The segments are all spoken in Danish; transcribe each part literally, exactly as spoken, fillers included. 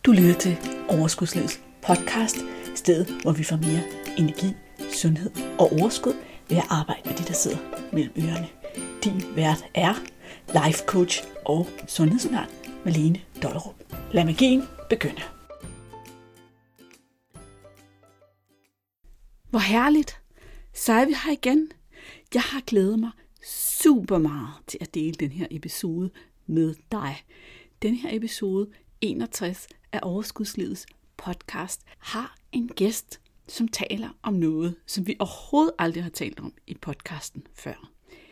Du lytter til Overskudslivets podcast, stedet hvor vi får mere energi, sundhed og overskud ved at arbejde med de, der sidder mellem ørerne. Din vært er life coach og sundhedsundern Malene Dollerup. Lad magien begynde. Hvor herligt, så er vi her igen. Jeg har glædet mig super meget til at dele den her episode med dig. Den her episode enogtres af Overskudslivets podcast har en gæst, som taler om noget, som vi overhovedet aldrig har talt om i podcasten før.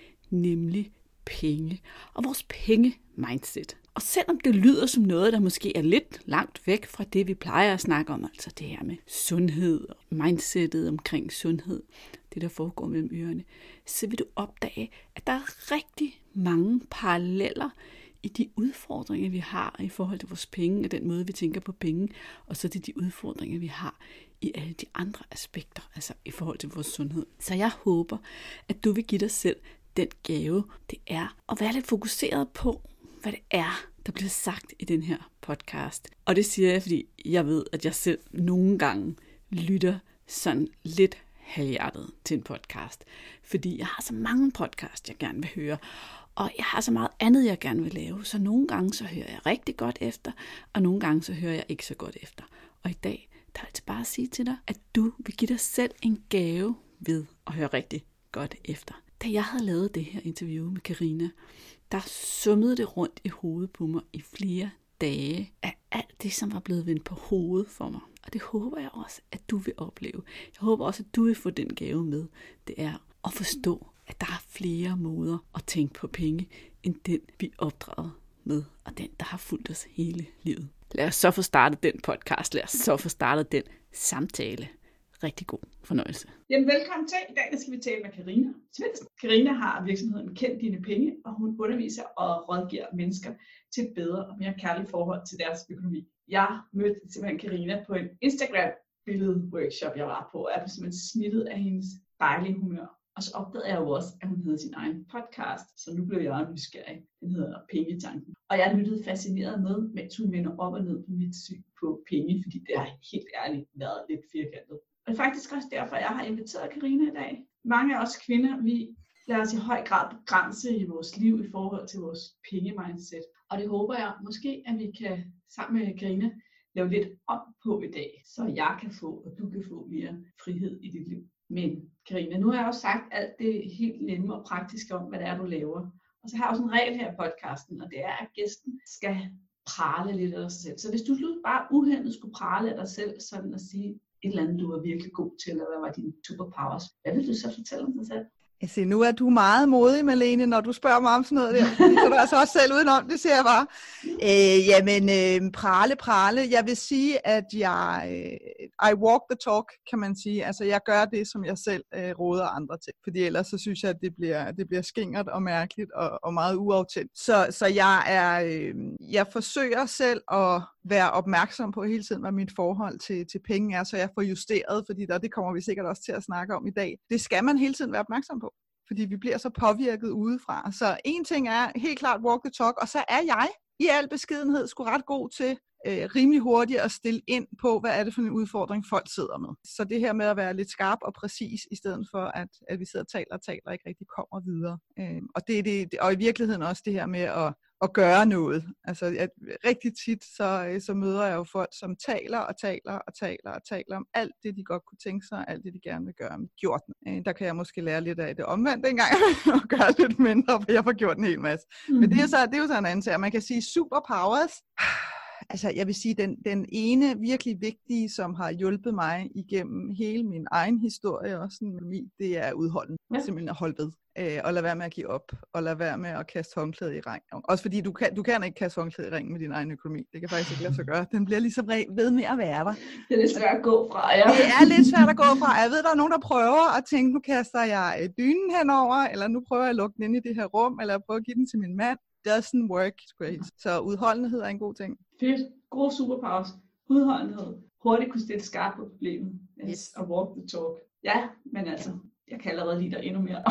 Nemlig penge og vores penge-mindset. Og selvom det lyder som noget, der måske er lidt langt væk fra det, vi plejer at snakke om, altså det her med sundhed og mindsetet omkring sundhed, det der foregår mellem ørerne, så vil du opdage, at der er rigtig mange paralleller i de udfordringer, vi har i forhold til vores penge, og den måde, vi tænker på penge, og så til de udfordringer, vi har i alle de andre aspekter, altså i forhold til vores sundhed. Så jeg håber, at du vil give dig selv den gave, det er at være lidt fokuseret på, hvad det er, der bliver sagt i den her podcast. Og det siger jeg, fordi jeg ved, at jeg selv nogle gange lytter sådan lidt halvhjertet til en podcast. Fordi jeg har så mange podcasts, jeg gerne vil høre, og jeg har så meget andet, jeg gerne vil lave, så nogle gange så hører jeg rigtig godt efter, og nogle gange så hører jeg ikke så godt efter. Og i dag, der vil jeg bare sige til dig, at du vil give dig selv en gave ved at høre rigtig godt efter. Da jeg havde lavet det her interview med Karina, der summede det rundt i hovedet på mig i flere dage af alt det, som var blevet vendt på hovedet for mig. Og det håber jeg også, at du vil opleve. Jeg håber også, at du vil få den gave med. Det er at forstå, at der er flere måder at tænke på penge, end den vi opdraget med, og den, der har fulgt os hele livet. Lad os så få startet den podcast. Lad os så få startet den samtale. Rigtig god fornøjelse. Jamen, velkommen til. I dag skal vi tale med Karina Svendsen. Karina har virksomheden Kend Dine Penge, og hun underviser og rådgiver mennesker til et bedre og mere kærligt forhold til deres økonomi. Jeg mødte simpelthen Karina på en Instagram-billede-workshop, jeg var på, og jeg blev simpelthen snittet af hendes dejlige humør. Og så opdagede jeg jo også, at hun havde sin egen podcast, så nu blev jeg nysgerrig. Den hedder Pengetanken. Og jeg lyttede fascineret med, mens hun vender op og ned på mit syn på penge, fordi det har helt ærligt været lidt firkantet. Og det er faktisk også derfor, jeg har inviteret Karina i dag. Mange af os kvinder, vi lader os i høj grad begrænse i vores liv i forhold til vores penge-mindset. Og det håber jeg måske, at vi kan sammen med Karina lave lidt om på i dag, så jeg kan få, og du kan få mere frihed i dit liv. Men Karina, nu har jeg også sagt alt det helt nemme og praktiske om, hvad det er, du laver. Og så har jeg også en regel her i podcasten, og det er, at gæsten skal prale lidt af sig selv. Så hvis du bare uhændet skulle prale af dig selv, sådan at sige et eller andet, du var virkelig god til, eller hvad var dine superpowers, hvad vil du så fortælle om dig selv? Jeg siger, nu er du meget modig, Malene, når du spørger mig om sådan noget der. Så er du altså også selv udenom, det siger jeg bare. Øh, jamen, øh, prale, prale. Jeg vil sige, at jeg, øh, I walk the talk, kan man sige. Altså, jeg gør det, som jeg selv øh, råder andre til. Fordi ellers så synes jeg, at det bliver, det bliver skingert og mærkeligt og, og meget uautentisk. Så, så jeg er, øh, jeg forsøger selv at være opmærksom på hele tiden, hvad mit forhold til, til penge er, så jeg får justeret, fordi der, det kommer vi sikkert også til at snakke om i dag. Det skal man hele tiden være opmærksom på, fordi vi bliver så påvirket udefra. Så en ting er helt klart walk the talk, og så er jeg i al beskedenhed sgu ret god til øh, rimelig hurtigt at stille ind på, hvad er det for en udfordring, folk sidder med. Så det her med at være lidt skarp og præcis, i stedet for, at, at vi sidder og taler og taler og ikke rigtig kommer videre. Øh, og, det, det, og i virkeligheden også det her med at at gøre noget. Altså at, rigtig tit, så, så møder jeg jo folk, som taler og taler og taler og taler om alt det, de godt kunne tænke sig, og alt det, de gerne vil gøre, men gjort den. Der kan jeg måske lære lidt af det omvendt engang, og gøre lidt mindre, for jeg får gjort en hel masse. Mm-hmm. Men det er, så, det er jo så en anden sag. Man kan sige superpowers. Altså, jeg vil sige, den, den ene virkelig vigtige, som har hjulpet mig igennem hele min egen historie, også sådan, det er udholden. Ja. Simpelthen at holde ved. Øh, og lade være med at give op. Og lade være med at kaste håndklædet i ring. Også fordi du kan, du kan ikke kaste håndklædet i ring med din egen økonomi. Det kan faktisk ikke lade sig gøre. Den bliver ligesom ved med at være der. Det er lidt svært at gå fra, ja. Det er lidt svært at gå fra. Jeg ved, der er nogen, der prøver at tænke, nu kaster jeg dynen henover, eller nu prøver jeg at lukke den ind i det her rum, eller jeg prøver at give den til min mand. Doesn't work. Så udholdenhed er en god ting. Fedt. Gode superpowers. Udholdenhed. Hurtigt kunne stille skarpt på problemet. Yes. Yes. Og walk the talk. Ja, men altså, jeg kan allerede lide dig endnu mere.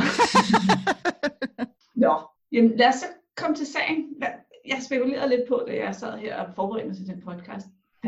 Nå, jamen lad os så komme til sagen. Jeg spekulerede lidt på, da jeg sad her og forberedte mig til den podcast. Hvad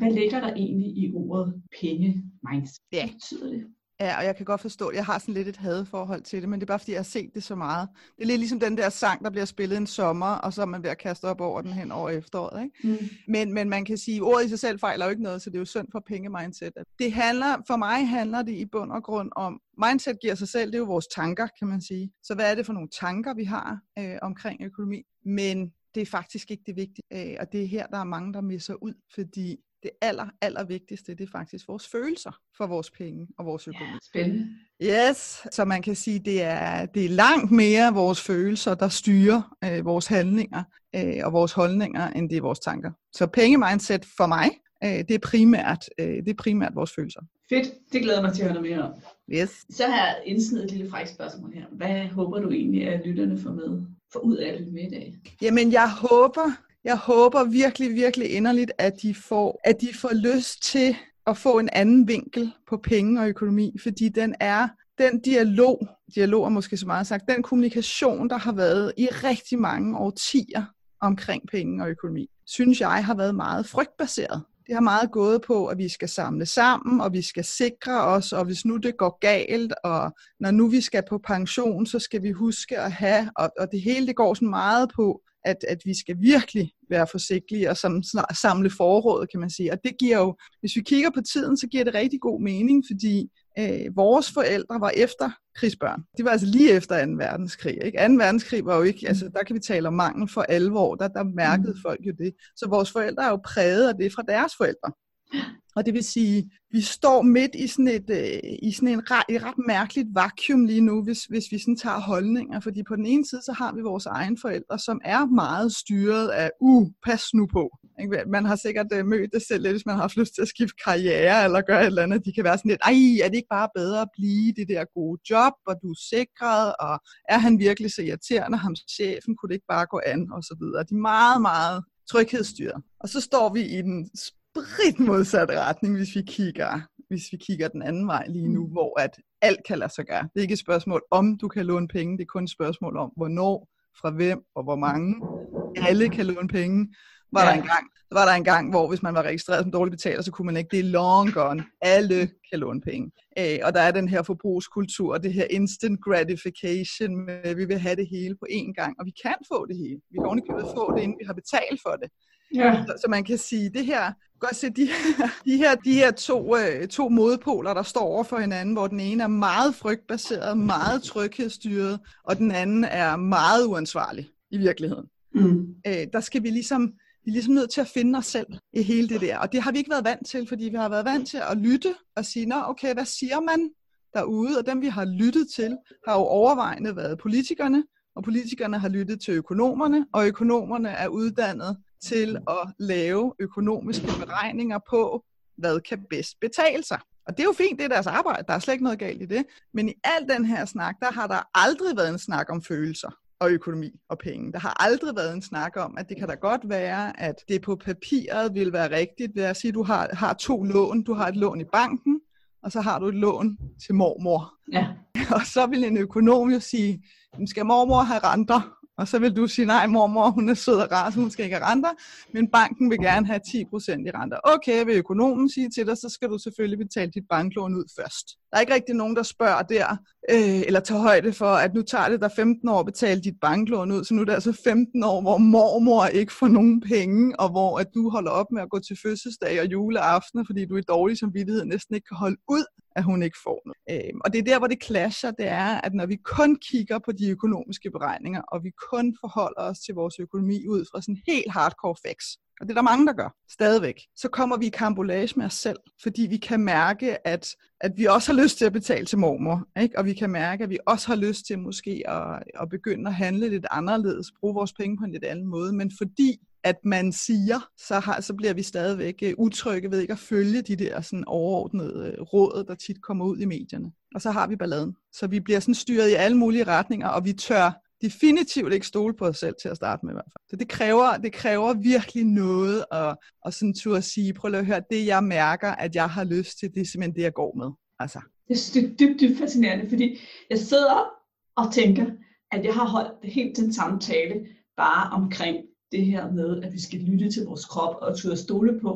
hvad ligger der egentlig i ordet penge-mindset? Ja. Hvad betyder det? Ja, og jeg kan godt forstå, at jeg har sådan lidt et hadeforhold til det, men det er bare fordi, jeg har set det så meget. Det er lidt ligesom den der sang, der bliver spillet en sommer, og så er man ved at kaste op over den hen over efteråret. Ikke? Mm. Men, men man kan sige, at ordet i sig selv fejler jo ikke noget, så det er jo synd for penge-mindset. Det handler, for mig handler det i bund og grund om, mindset giver sig selv, det er jo vores tanker, kan man sige. Så hvad er det for nogle tanker, vi har øh, omkring økonomi? Men det er faktisk ikke det vigtige, øh, og det er her, der er mange, der misser ud, fordi det aller, aller vigtigste, det er faktisk vores følelser for vores penge og vores økonomi. Ja, spændende. Yes, så man kan sige, det er det er langt mere vores følelser, der styrer øh, vores handlinger øh, og vores holdninger, end det er vores tanker. Så penge-mindset for mig, øh, det er primært øh, det er primært vores følelser. Fedt, det glæder mig til at høre noget mere om. Yes. Så har jeg indsnedet et lille frækt spørgsmål her. Hvad håber du egentlig, at lytterne får med for ud af det med i dag? Jamen, jeg håber Jeg håber virkelig, virkelig inderligt, at de får, at de får lyst til at få en anden vinkel på penge og økonomi, fordi den er, den dialog, dialog er måske så meget sagt, den kommunikation, der har været i rigtig mange årtier omkring penge og økonomi, synes jeg har været meget frygtbaseret. Det har meget gået på, at vi skal samle sammen, og vi skal sikre os, og hvis nu det går galt, og når nu vi skal på pension, så skal vi huske at have, og, og det hele det går sådan meget på, At, at vi skal virkelig være forsigtige og sam, samle forråd, kan man sige. Og det giver jo, hvis vi kigger på tiden, så giver det rigtig god mening, fordi øh, vores forældre var efter krigsbørn. Det var altså lige efter anden verdenskrig. Ikke? anden verdenskrig var jo ikke, altså der kan vi tale om mangel for alvor, der, der mærkede folk jo det. Så vores forældre er jo præget af det fra deres forældre. Og det vil sige, vi står midt i sådan et, øh, i sådan en ret, et ret mærkeligt vakuum lige nu, hvis, hvis vi sådan tager holdninger. Fordi på den ene side, så har vi vores egne forældre, som er meget styret af, uh, pas nu på. Ikke? Man har sikkert øh, mødt det selv lidt, hvis man har haft lyst til at skifte karriere, eller gøre et eller andet. De kan være sådan lidt, ej, er det ikke bare bedre at blive det der gode job, og du er sikret, og er han virkelig så irriterende, ham chefen, kunne det ikke bare gå an, og så videre. De er meget, meget tryghedsstyret. Og så står vi i den sprit modsatte retning, hvis vi kigger, hvis vi kigger den anden vej lige nu, mm. hvor at alt kan lade sig gøre. Det er ikke et spørgsmål om du kan låne penge, det er kun et spørgsmål om hvornår, fra hvem og hvor mange. Alle kan låne penge. Var, ja. der en gang, var der en gang, hvor hvis man var registreret som dårlig betaler, så kunne man ikke. Det er long gone. Alle kan låne penge. Øh, og der er den her forbrugskultur, det her instant gratification, med, vi vil have det hele på én gang, og vi kan få det hele. Vi kan ovenikøbet få det, inden vi har betalt for det. Ja. Så, så man kan sige, det her, godt se, de, de her, de her to, øh, to modpoler, der står over for hinanden, hvor den ene er meget frygtbaseret, meget tryghedsstyret, og den anden er meget uansvarlig i virkeligheden. Mm. Øh, der skal vi ligesom, vi er ligesom nødt til at finde os selv i hele det der, og det har vi ikke været vant til, fordi vi har været vant til at lytte og sige, nå okay, hvad siger man derude, og dem vi har lyttet til, har jo overvejende været politikerne, og politikerne har lyttet til økonomerne, og økonomerne er uddannet til at lave økonomiske beregninger på, hvad kan bedst betale sig. Og det er jo fint, det er deres arbejde, der er slet ikke noget galt i det. Men i al den her snak, der har der aldrig været en snak om følelser og økonomi og penge. Der har aldrig været en snak om, at det kan da godt være, at det på papiret vil være rigtigt ved at sige, at du har, har to lån. Du har et lån i banken, og så har du et lån til mormor. Ja. Og så vil en økonom jo sige, skal mormor have renter? Og så vil du sige, nej mormor, hun er sød og rar, så hun skal ikke have renter, men banken vil gerne have ti procent i renter. Okay, vil økonomen sige til dig, så skal du selvfølgelig betale dit banklån ud først. Der er ikke rigtig nogen, der spørger der, øh, eller tager højde for, at nu tager det dig femten år at betale dit banklån ud, så nu er det altså femten år, hvor mormor ikke får nogen penge, og hvor at du holder op med at gå til fødselsdag og juleaftener, fordi du i dårlig samvittighed næsten ikke kan holde ud, at hun ikke får noget. Øhm, og det er der, hvor det clasher, det er, at når vi kun kigger på de økonomiske beregninger, og vi kun forholder os til vores økonomi ud fra sådan helt hardcore facts, og det er der mange, der gør, stadigvæk, så kommer vi i karambolage med os selv, fordi vi kan mærke, at, at vi også har lyst til at betale til mormor, ikke? Og vi kan mærke, at vi også har lyst til måske at, at begynde at handle lidt anderledes, bruge vores penge på en lidt anden måde, men fordi at man siger, så, har, så bliver vi stadigvæk utrygge ved ikke at følge de der sådan overordnede råd, der tit kommer ud i medierne. Og så har vi balladen. Så vi bliver sådan styret i alle mulige retninger, og vi tør definitivt ikke stole på os selv til at starte med i hvert fald. Så det kræver, det kræver virkelig noget at, at sådan turde at sige, prøv at høre, det jeg mærker, at jeg har lyst til, det er simpelthen det, jeg går med. Altså. Det er dybt, dybt fascinerende, fordi jeg sidder og tænker, at jeg har holdt helt den samme tale, bare omkring det her med, at vi skal lytte til vores krop og turde stole på,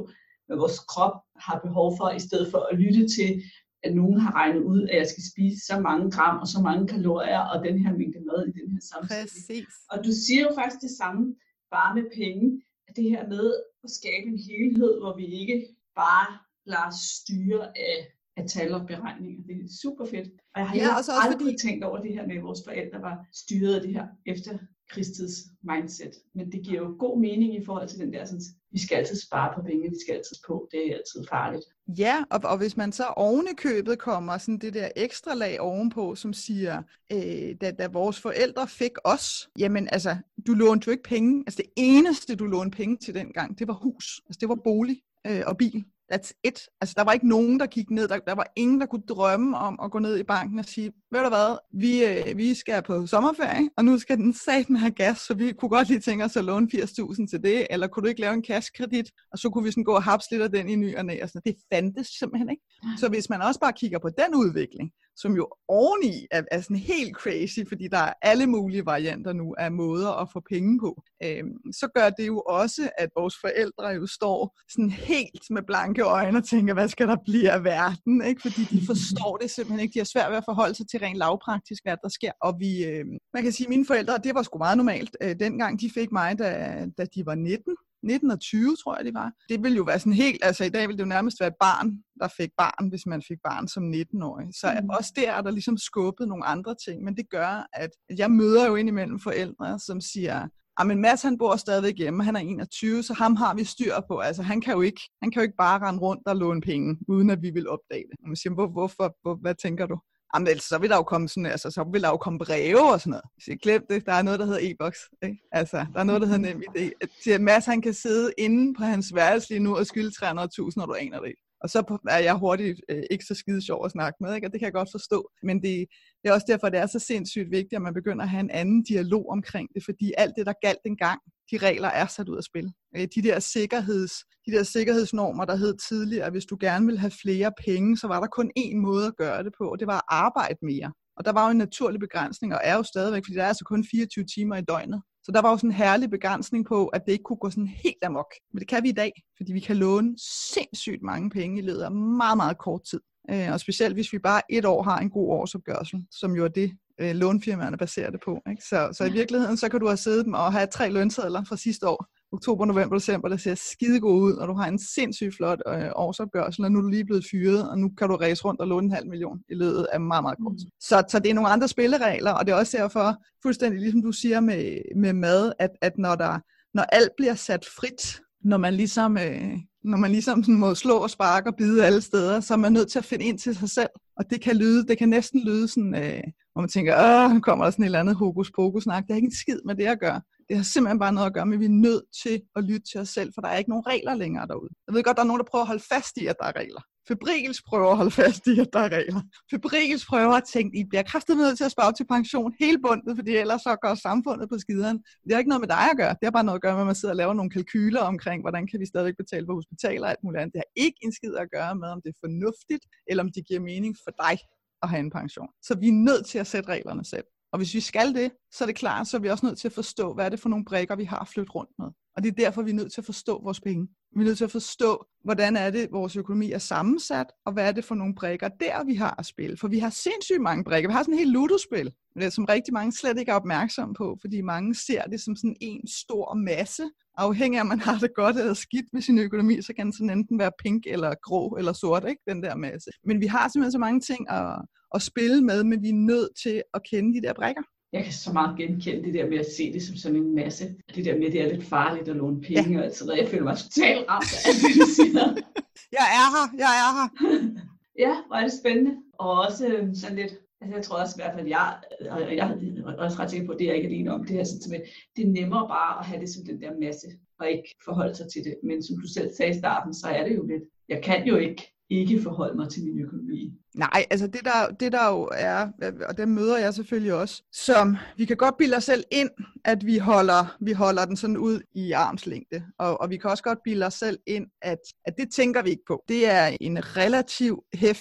hvad vores krop har behov for, i stedet for at lytte til, at nogen har regnet ud, at jeg skal spise så mange gram og så mange kalorier og den her mængde mad i den her sammensætning. Præcis. Og du siger jo faktisk det samme, bare med penge, at det her med at skabe en helhed, hvor vi ikke bare lader os styre af, af tal og beregninger. Det er super fedt. Og jeg har Ja, ja, også også aldrig fordi... tænkt over det her med, at vores forældre var styret af det her efter krigstids mindset. Men det giver jo god mening i forhold til den der, sådan, vi skal altid spare på penge, vi skal altid på, det er altid farligt. Ja, og, og hvis man så oven i købet kommer sådan det der ekstra lag ovenpå, som siger, øh, da, da vores forældre fik os, jamen altså, du lånte jo ikke penge. Altså det eneste, du lånte penge til dengang, det var hus. Altså det var bolig øh, og bil. That's it. Altså, der var ikke nogen, der gik ned. Der, der var ingen, der kunne drømme om at gå ned i banken og sige, ved du hvad, vi, øh, vi skal på sommerferie, og nu skal den satme have gas, så vi kunne godt lige tænke os at låne firs tusind til det, eller kunne du ikke lave en cash-kredit, og så kunne vi sådan gå og hapse lidt af den i ny og næ. Det fandtes simpelthen ikke. Så hvis man også bare kigger på den udvikling, som jo oveni er, er sådan helt crazy, fordi der er alle mulige varianter nu af måder at få penge på, øhm, så gør det jo også, at vores forældre jo står sådan helt med blanke øjne og tænker, hvad skal der blive af verden? Ikke? Fordi de forstår det simpelthen ikke. De har svært ved at forholde sig til rent lavpraktisk, hvad der sker. Og vi, øh, man kan sige, at mine forældre, det var sgu meget normalt. Øh, dengang de fik mig, da, da de var nitten. nitten og tyve, tror jeg, det var. Det ville jo være sådan helt, altså i dag ville det jo nærmest være et barn, der fik barn, hvis man fik barn som nitten-årig. Så mm. også der er der ligesom skubbet nogle andre ting, men det gør, at jeg møder jo indimellem forældre, som siger, ah, men Mads, han bor stadigvæk hjemme, han er enogtyve, så ham har vi styr på. Altså han kan jo ikke, han kan jo ikke bare rende rundt og låne penge, uden at vi vil opdage det. Og man siger, hvor, hvorfor, hvor, hvad tænker du? Jamen, ellers, så vil der jo komme sådan, altså, så vil der jo komme breve og sådan noget. Så jeg glem det, der er noget, der hedder e-boks, ikke? Altså, der er noget, der hedder NemID. Til Mads, han kan sidde inde på hans værelse lige nu og skylde tre hundrede tusind, når du aner det. Og så er jeg hurtigt øh, ikke så skide sjov at snakke med, ikke? Og det kan jeg godt forstå. Men det, det er også derfor, det er så sindssygt vigtigt, at man begynder at have en anden dialog omkring det, fordi alt det, der galt engang, de regler er sat ud af spil. De der, sikkerheds, de der sikkerhedsnormer, der hed tidligere, at hvis du gerne ville have flere penge, så var der kun én måde at gøre det på, og det var at arbejde mere. Og der var jo en naturlig begrænsning, og er jo stadigvæk, fordi der er altså kun fireogtyve timer i døgnet. Så der var jo sådan en herlig begrænsning på, at det ikke kunne gå sådan helt amok. Men det kan vi i dag, fordi vi kan låne sindssygt mange penge i løbet af meget, meget kort tid. Og specielt hvis vi bare et år har en god årsopgørelse, som jo er det, lånfirmaerne baserer det på. Ikke? Så, så i virkeligheden, så kan du have siddet og have tre lønsedler fra sidste år, oktober, november, december, der ser skidegod ud, og du har en sindssygt flot øh, årsopgørelse, og nu er du lige blevet fyret, og nu kan du ræse rundt og låne en halv million i løbet af meget, meget kort. Mm. Så, så det er nogle andre spilleregler, og det er også derfor, fuldstændig ligesom du siger med, med mad, at, at når, der, når alt bliver sat frit, når man ligesom, øh, når man ligesom sådan må slå og sparke og bide alle steder, så er man nødt til at finde ind til sig selv. Og det kan lyde, det kan næsten lyde sådan, øh, hvor man tænker, åh, nu kommer der sådan et eller andet hokus pokus snak. Det har ikke en skid med det at gøre. Det har simpelthen bare noget at gøre med, at vi er nødt til at lytte til os selv, for der er ikke nogen regler længere derude. Jeg ved godt, der er nogen, der prøver at holde fast i, at der er regler. Febrils prøver at holde fast i, at der er regler. Febrils prøver at tænke, I bliver kraftigt nødt til at spare til pension hele bundet, fordi ellers så går samfundet på skideren. Det har ikke noget med dig at gøre. Det har bare noget at gøre med, at man sidder og laver nogle kalkyler omkring, hvordan kan vi stadigvæk betale på hospitaler og alt muligt andet. Det har ikke en skid at gøre med, om det er fornuftigt, eller om det giver mening for dig at have en pension. Så vi er nødt til at sætte reglerne selv. Og hvis vi skal det, så er det klart, så er vi også nødt til at forstå, hvad er det for nogle brikker, vi har at flytte rundt med. Og det er derfor, vi er nødt til at forstå vores penge. Vi er nødt til at forstå, hvordan er det, vores økonomi er sammensat, og hvad er det for nogle brikker, der vi har at spille. For vi har sindssygt mange brikker. Vi har sådan et helt ludospil, som rigtig mange slet ikke er opmærksomme på, fordi mange ser det som sådan en stor masse. Afhængig af, om man har det godt eller skidt med sin økonomi, så kan den sådan enten være pink eller grå eller sort, ikke? Den der masse. Men vi har simpelthen så mange ting at, at spille med, men vi er nødt til at kende de der brikker. Jeg kan så meget genkende det der med at se det som sådan en masse. Det der med, at det er lidt farligt at låne penge ja. Og alt sådan noget. Jeg føler mig totalt ramt af alt det, du siger. Jeg er her, jeg er her. Ja, hvor er det spændende. Og også sådan lidt, altså jeg tror også i hvert fald, jeg, og jeg er også ret sikker på, at det er ikke alene om, det her sådan, det er nemmere bare at have det som den der masse, og ikke forholde sig til det. Men som du selv sagde i starten, så er det jo lidt, jeg kan jo ikke ikke forholde mig til min økonomi. Nej, altså det der, det der jo er, og det møder jeg selvfølgelig også, som vi kan godt bilde os selv ind, at vi holder, vi holder den sådan ud i armslængde, og, og vi kan også godt bilde os selv ind, at, at det tænker vi ikke på. Det er en relativt heftig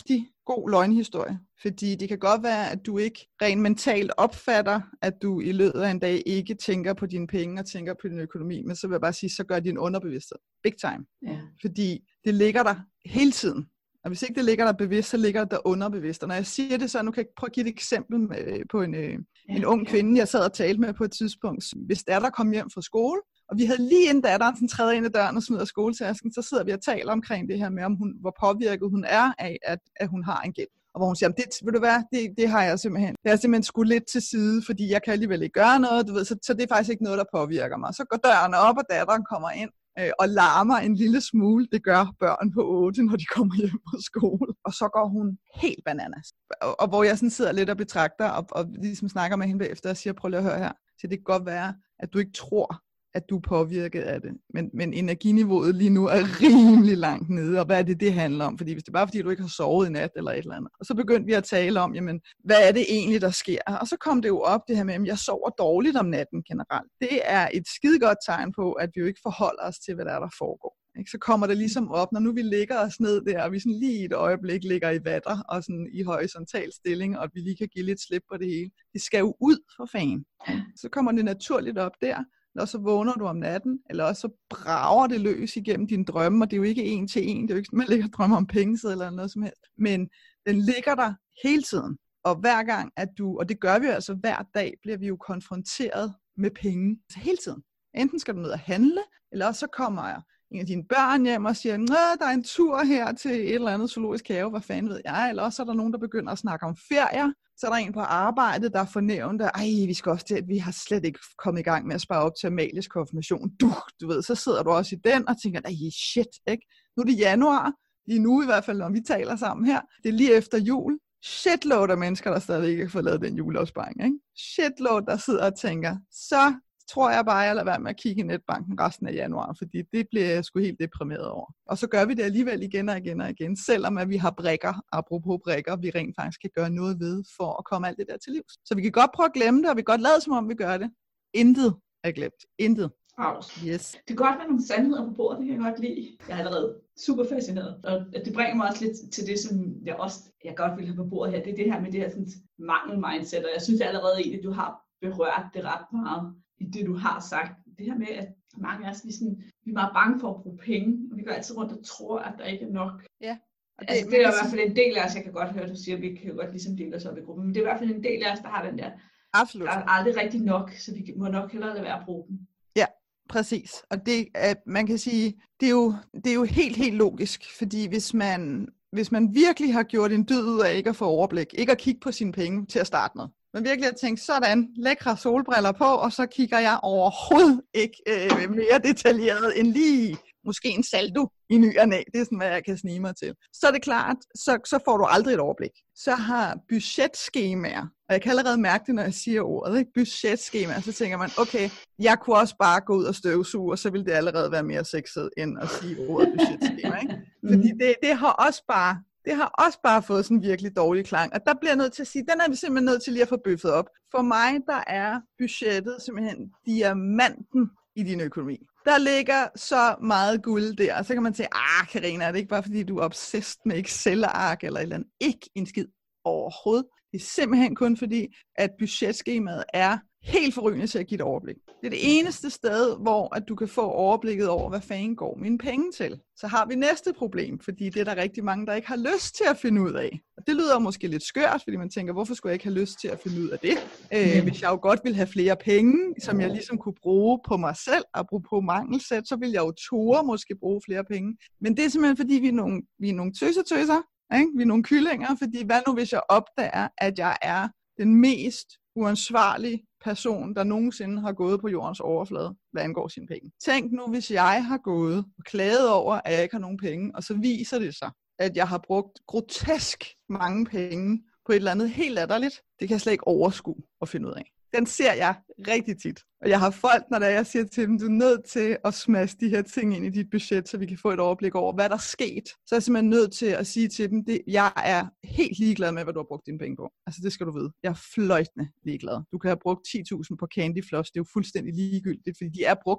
god løgnhistorie. Fordi det kan godt være, at du ikke rent mentalt opfatter, at du i løbet af en dag ikke tænker på dine penge og tænker på din økonomi, men så vil jeg bare sige, så gør din underbevidsthed big time. Ja. Fordi det ligger der hele tiden. Og hvis ikke det ligger der bevidst, så ligger det der underbevidst. Og når jeg siger det, så nu kan jeg prøve at give et eksempel med, på en, øh, ja, en ung kvinde, jeg sad og talte med på et tidspunkt. Hvis datter kom hjem fra skole, og vi havde lige inden datteren sådan træder ind ad døren og smider skoletasken, så sidder vi og taler omkring det her med, om hun, hvor påvirket hun er af, at, at hun har en gæld. Og hvor hun siger, det, vil du være, det, det har jeg simpelthen. Det har simpelthen skudt lidt til side, fordi jeg kan alligevel ikke gøre noget, du ved, så, så det er faktisk ikke noget, der påvirker mig. Så går døren op, og datteren kommer ind øh, og larmer en lille smule. Det gør børn på otte, når de kommer hjem fra skole. Og så går hun helt bananas. Og, og hvor jeg sådan sidder lidt og betragter, og, og ligesom snakker med hende bagefter og siger, prøv lige at høre her. Så det kan godt være, at du ikke tror, at du er påvirket af det. Men, men energiniveauet lige nu er rimelig langt nede, og hvad er det, det handler om? Fordi hvis det er bare fordi, du ikke har sovet i nat eller et eller andet. Og så begyndte vi at tale om, jamen, hvad er det egentlig, der sker? Og så kom det jo op, det her med, at jeg sover dårligt om natten generelt. Det er et skidegodt tegn på, at vi jo ikke forholder os til, hvad der er, der foregår. Ikke? Så kommer det ligesom op, når nu vi ligger os ned der, og vi sådan lige et øjeblik ligger i vatter, og sådan i horisontal stilling, og vi lige kan give lidt slip på det hele. Det skal jo ud for fanden. Så kommer det naturligt op der. Eller så vågner du om natten, eller også så brager det løs igennem dine drømme, og det er jo ikke en til en, det er jo ikke sådan, man ligger og drømmer om penge eller noget som helst, men den ligger der hele tiden, og hver gang, at du, og det gør vi jo altså hver dag, bliver vi jo konfronteret med penge, altså hele tiden. Enten skal du ned og handle, eller også så kommer jeg en af dine børn hjem og siger, der er en tur her til et eller andet zoologisk have, hvad fanden ved jeg, eller også er der nogen, der begynder at snakke om ferier, så er der en på arbejdet, der får nævnt, at ej, vi skal også til, at vi har slet ikke kommet i gang med at spare op til Amalies konfirmation. Du, du ved, så sidder du også i den og tænker, ej, shit, ikke? Nu er det januar, lige nu i hvert fald, når vi taler sammen her. Det er lige efter jul. Shitload af mennesker, der stadig ikke har fået lavet den juleopsparing, ikke? Shitload, der sidder og tænker, så tror jeg bare, jeg lader være med at kigge i netbanken resten af januar, fordi det bliver jeg sgu helt deprimeret over. Og så gør vi det alligevel igen og igen og igen, selvom at vi har brikker, apropos brikker, vi rent faktisk kan gøre noget ved for at komme alt det der til livs. Så vi kan godt prøve at glemme det, og vi kan godt lade som om vi gør det. Intet er glemt. Intet. Aus. Yes. Det kan godt være nogle sandheder på bordet, det kan jeg godt lide. Jeg er allerede super fascineret, og det bringer mig også lidt til det, som jeg også jeg godt vil have på bordet her. Det er det her med det her sådan, mangel-mindset, og jeg synes allerede egentlig, at du har berørt det ret meget i det, du har sagt. Det her med, at mange af os, vi, sådan, vi er meget bange for at bruge penge, og vi går altid rundt og tror, at der ikke er nok. Ja. Og det, altså, det er i hvert fald en del af os, jeg kan godt høre, at du siger, at vi kan jo godt ligesom dele os op i gruppen, men det er i hvert fald en del af os, der har den der, absolut. Der er aldrig rigtig nok, så vi må nok hellere lade være at bruge den. Ja, præcis. Og det, at man kan sige, det er, jo, det er jo helt, helt logisk, fordi hvis man, hvis man virkelig har gjort en dyd ud af ikke at få overblik, ikke at kigge på sine penge til at starte med, men virkelig at tænke, sådan, lækre solbriller på, og så kigger jeg overhovedet ikke øh, mere detaljeret end lige måske en saldo i ny og næ. Det er sådan, hvad jeg kan snige mig til. Så er det klart, så, så får du aldrig et overblik. Så har budgetskemaer, og jeg kan allerede mærke det, når jeg siger ordet, ikke? Budgetskemaer, så tænker man, okay, jeg kunne også bare gå ud og støvsuge, og så ville det allerede være mere sexet, end at sige ordet budgetskema, ikke? Fordi det, det har også bare Det har også bare fået sådan en virkelig dårlig klang. Og der bliver jeg nødt til at sige, den er vi simpelthen nødt til lige at få bøffet op. For mig, der er budgettet simpelthen diamanten i din økonomi. Der ligger så meget guld der, og så kan man sige, ah Karina, er det ikke bare fordi, du er obsessed med Excel-ark eller et eller andet? Ikke en skid overhovedet. Det er simpelthen kun fordi, at budgetskemaet er helt forrygende til at give et overblik. Det er det eneste sted, hvor at du kan få overblikket over, hvad fanden går mine penge til. Så har vi næste problem, fordi det er der rigtig mange, der ikke har lyst til at finde ud af. Og det lyder måske lidt skørt, fordi man tænker, hvorfor skulle jeg ikke have lyst til at finde ud af det? Øh, hvis jeg jo godt ville have flere penge, som jeg ligesom kunne bruge på mig selv, apropos mangelsæt, så ville jeg jo ture måske bruge flere penge. Men det er simpelthen fordi, vi er nogle, vi er nogle tøser-tøser, ikke? Vi er nogle kyllinger, fordi hvad nu hvis jeg opdager, at jeg er den mest uansvarlige person, der nogensinde har gået på jordens overflade, hvad angår sine penge. Tænk nu, hvis jeg har gået og klaget over, at jeg ikke har nogen penge, og så viser det sig, at jeg har brugt grotesk mange penge på et eller andet helt latterligt. Det kan jeg slet ikke overskue at finde ud af. Den ser jeg rigtig tit. Og jeg har folk, når der jeg siger til dem, du er nødt til at smaske de her ting ind i dit budget, så vi kan få et overblik over, hvad der er sket. Så er jeg simpelthen nødt til at sige til dem, det, jeg er helt ligeglad med, hvad du har brugt dine penge på. Altså det skal du vide. Jeg er fløjtende ligeglad. Du kan have brugt ti tusind på Candy Floss. Det er jo fuldstændig ligegyldigt, fordi de er brugt.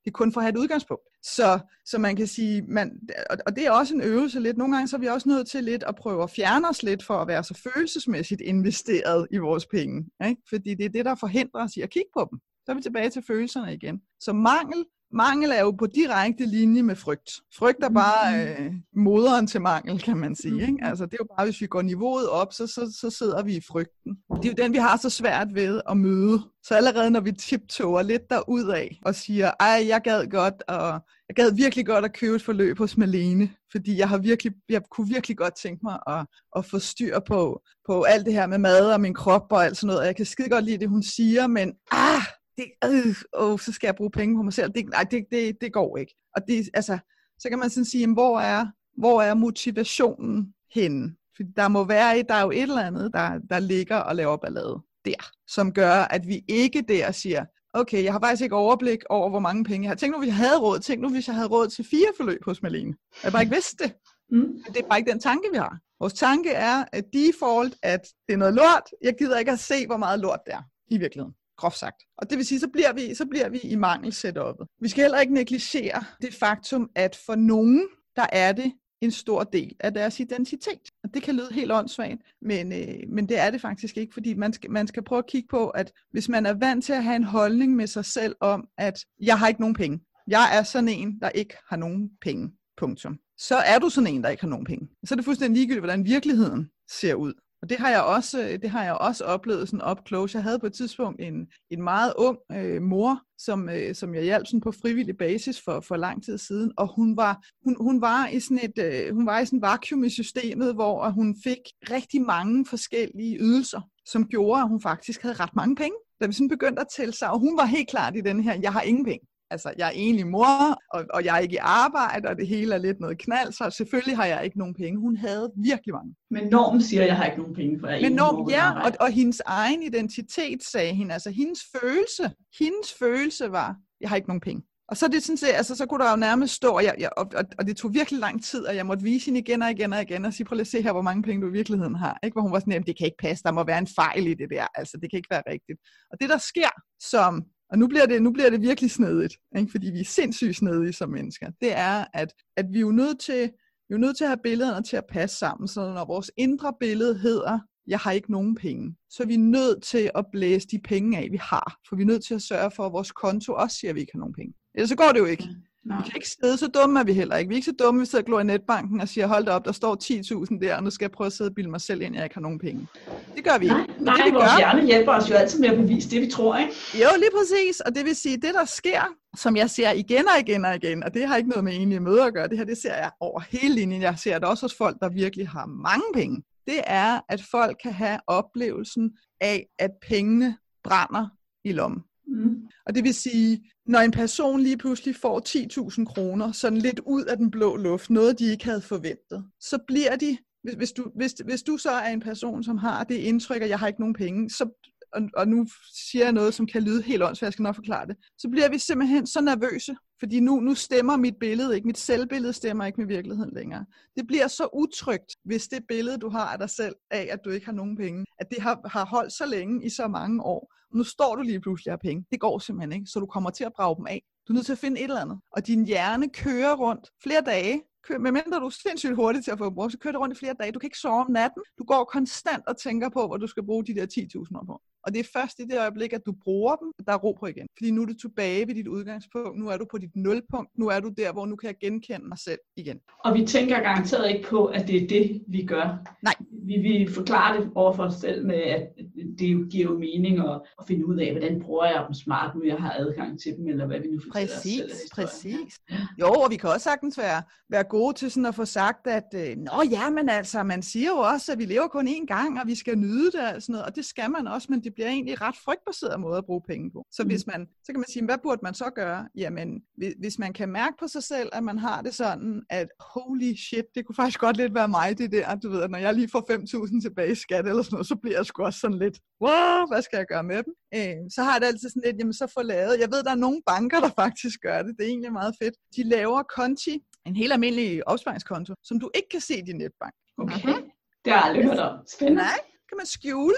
Det er kun for at have et udgangspunkt. Så, så man kan sige, man, og det er også en øvelse lidt. Nogle gange så er vi også nødt til lidt at prøve at fjerne os lidt for at være så følelsesmæssigt investeret i vores penge. Ikke? Fordi det er det, der forhindrer os i at kigge på dem. Så er vi tilbage til følelserne igen. Så mangel, mangel er jo på direkte linje med frygt. Frygt er bare øh, moderen til mangel, kan man sige. Ikke? Altså, det er jo bare, hvis vi går niveauet op, så, så, så sidder vi i frygten. Det er jo den, vi har så svært ved at møde. Så allerede når vi tiptoger lidt derudad og siger, ej, jeg gad godt, og jeg gad virkelig godt at købe et forløb hos Malene, fordi jeg har virkelig, jeg kunne virkelig godt tænke mig at, at få styr på, på alt det her med mad og min krop og alt sådan noget. Og jeg kan skide godt lide det, hun siger, men ah, det, øh, åh, så skal jeg bruge penge på mig selv. Det, nej, det, det, det går ikke. Og det, altså, så kan man sådan sige, jamen, hvor er, hvor er motivationen henne? For der må være et, der er jo et eller andet, der, der ligger og laver ballade der, som gør, at vi ikke der siger, okay, jeg har faktisk ikke overblik over, hvor mange penge jeg har. Tænk nu, hvis jeg havde råd. Tænk nu, hvis jeg havde råd til fire forløb hos Malene. Jeg bare ikke vidste det. Mm. Det er bare ikke den tanke, vi har. Vores tanke er, at default, at det er noget lort. Jeg gider ikke at se, hvor meget lort det er i virkeligheden. Groft sagt. Og det vil sige, så bliver vi, så bliver vi i mangelsætupet. Vi skal heller ikke negligere det faktum, at for nogen, der er det en stor del af deres identitet. Og det kan lyde helt åndssvagt, men, øh, men det er det faktisk ikke, fordi man skal, man skal prøve at kigge på, at hvis man er vant til at have en holdning med sig selv om, at jeg har ikke nogen penge. Jeg er sådan en, der ikke har nogen penge. Punktum. Så er du sådan en, der ikke har nogen penge. Så er det fuldstændig ligegyldigt, hvordan virkeligheden ser ud. Og det har jeg også, det har jeg også oplevet sådan up close. Jeg havde på et tidspunkt en, en meget ung øh, mor, som, øh, som jeg hjalp sådan på frivillig basis for, for lang tid siden. Og hun var, hun, hun var i sådan et, øh, hun var i sådan et vakuum i systemet, hvor hun fik rigtig mange forskellige ydelser, som gjorde, at hun faktisk havde ret mange penge. Da vi sådan begyndte at tælle sig, og hun var helt klart i den her, jeg har ingen penge. Altså, jeg er egentlig mor, og, og jeg er ikke i arbejde, og det hele er lidt noget knald, så selvfølgelig har jeg ikke nogen penge. Hun havde virkelig mange. Men normen siger, at jeg har ikke nogen penge, for jeg er Men egentlig norm, mor. Ja, og, og hendes egen identitet, sagde hende, altså hendes følelse, hendes følelse var, jeg har ikke nogen penge. Og så, det sådan set, altså, så kunne der jo nærmest stå, og, jeg, jeg, og, og det tog virkelig lang tid, og jeg måtte vise hende igen og igen og igen, og sige, prøv lige at se her, hvor mange penge du i virkeligheden har. Ikke? Hvor hun var sådan, det kan ikke passe, der må være en fejl i det der, altså det kan ikke være rigtigt. Og det der sker, som, og nu bliver det, nu bliver det virkelig snedigt, ikke? Fordi vi er sindssygt snedige som mennesker, det er, at, at vi er jo nødt til, vi er nødt til at have billederne til at passe sammen, så når vores indre billede hedder, jeg har ikke nogen penge, så er vi nødt til at blæse de penge af, vi har, for vi er nødt til at sørge for, at vores konto også siger, at vi ikke har nogen penge. Ellers så går det jo ikke. Ja. Vi kan ikke sidde, så dumme er vi heller ikke. Vi er ikke så dumme, vi sidder og glor i netbanken og siger, hold da op, der står ti tusind der, og nu skal jeg prøve at sidde og bilde mig selv ind, jeg ikke har nogen penge. Det gør vi ikke. Nej, nej det, vi vores gør, hjerne hjælper os jo altid med at bevise det, vi tror, ikke? Jo, lige præcis. Og det vil sige, det der sker, som jeg ser igen og igen og igen, og det har ikke noget med enlige møder at gøre, det her, det ser jeg over hele linjen. Jeg ser det også hos folk, der virkelig har mange penge. Det er, at folk kan have oplevelsen af, at pengene brænder i lommen. Mm. Og det vil sige, når en person lige pludselig får ti tusind kroner, sådan lidt ud af den blå luft, noget de ikke havde forventet, så bliver de, hvis, hvis, du, hvis, hvis du så er en person, som har det indtryk, at jeg har ikke nogen penge, så, og, og nu siger jeg noget, som kan lyde helt åndssvagt, jeg skal nok forklare det, så bliver vi simpelthen så nervøse, fordi nu, nu stemmer mit billede ikke, mit selvbillede stemmer ikke med virkeligheden længere. Det bliver så utrygt, hvis det billede, du har af dig selv, af at du ikke har nogen penge, at det har, har holdt så længe i så mange år. Nu står du lige pludselig af penge. Det går simpelthen ikke, så du kommer til at brage dem af. Du er nødt til at finde et eller andet. Og din hjerne kører rundt flere dage. Medmindre du er sindssygt hurtigt til at få brugt, så kører det rundt i flere dage. Du kan ikke sove om natten. Du går konstant og tænker på, hvor du skal bruge de der ti tusind på. Og det er først i det øjeblik, at du bruger dem, der er ro på igen. Fordi nu er du tilbage ved dit udgangspunkt. Nu er du på dit nulpunkt. Nu er du der, hvor nu kan jeg genkende mig selv igen. Og vi tænker garanteret ikke på, at det er det, vi gør. Nej. Vi, vi forklarer det over for os selv med, at det giver jo mening at, at finde ud af, hvordan bruger jeg dem smart, nu jeg har adgang til dem, eller hvad vi nu fortæller præcis, os selv. Præcis, Jo, og vi kan også sagtens være, være gode til sådan at få sagt, at øh, nå ja, men altså, man siger jo også, at vi lever kun én gang, og vi skal nyde det og sådan noget, og det skal man også, men det bliver egentlig ret frygtbaseret måde at bruge penge på. Så, mm. hvis man, så kan man sige, hvad burde man så gøre? Jamen, hvis man kan mærke på sig selv, at man har det sådan, at holy shit, det kunne faktisk godt lidt være mig, det der, du ved, at når jeg lige får fem tusind tilbage i skat eller sådan noget, så bliver jeg sgu også sådan lidt, wow, hvad skal jeg gøre med dem? Øh, så har jeg det altid sådan lidt, jamen så få lavet, jeg ved, der er nogle banker, der faktisk gør det, det er egentlig meget fedt. De laver konti, en helt almindelig opsparingskonto, som du ikke kan se i din netbank. Okay, det har jeg aldrig hørt om. Spændende. Nej, kan man skjule den.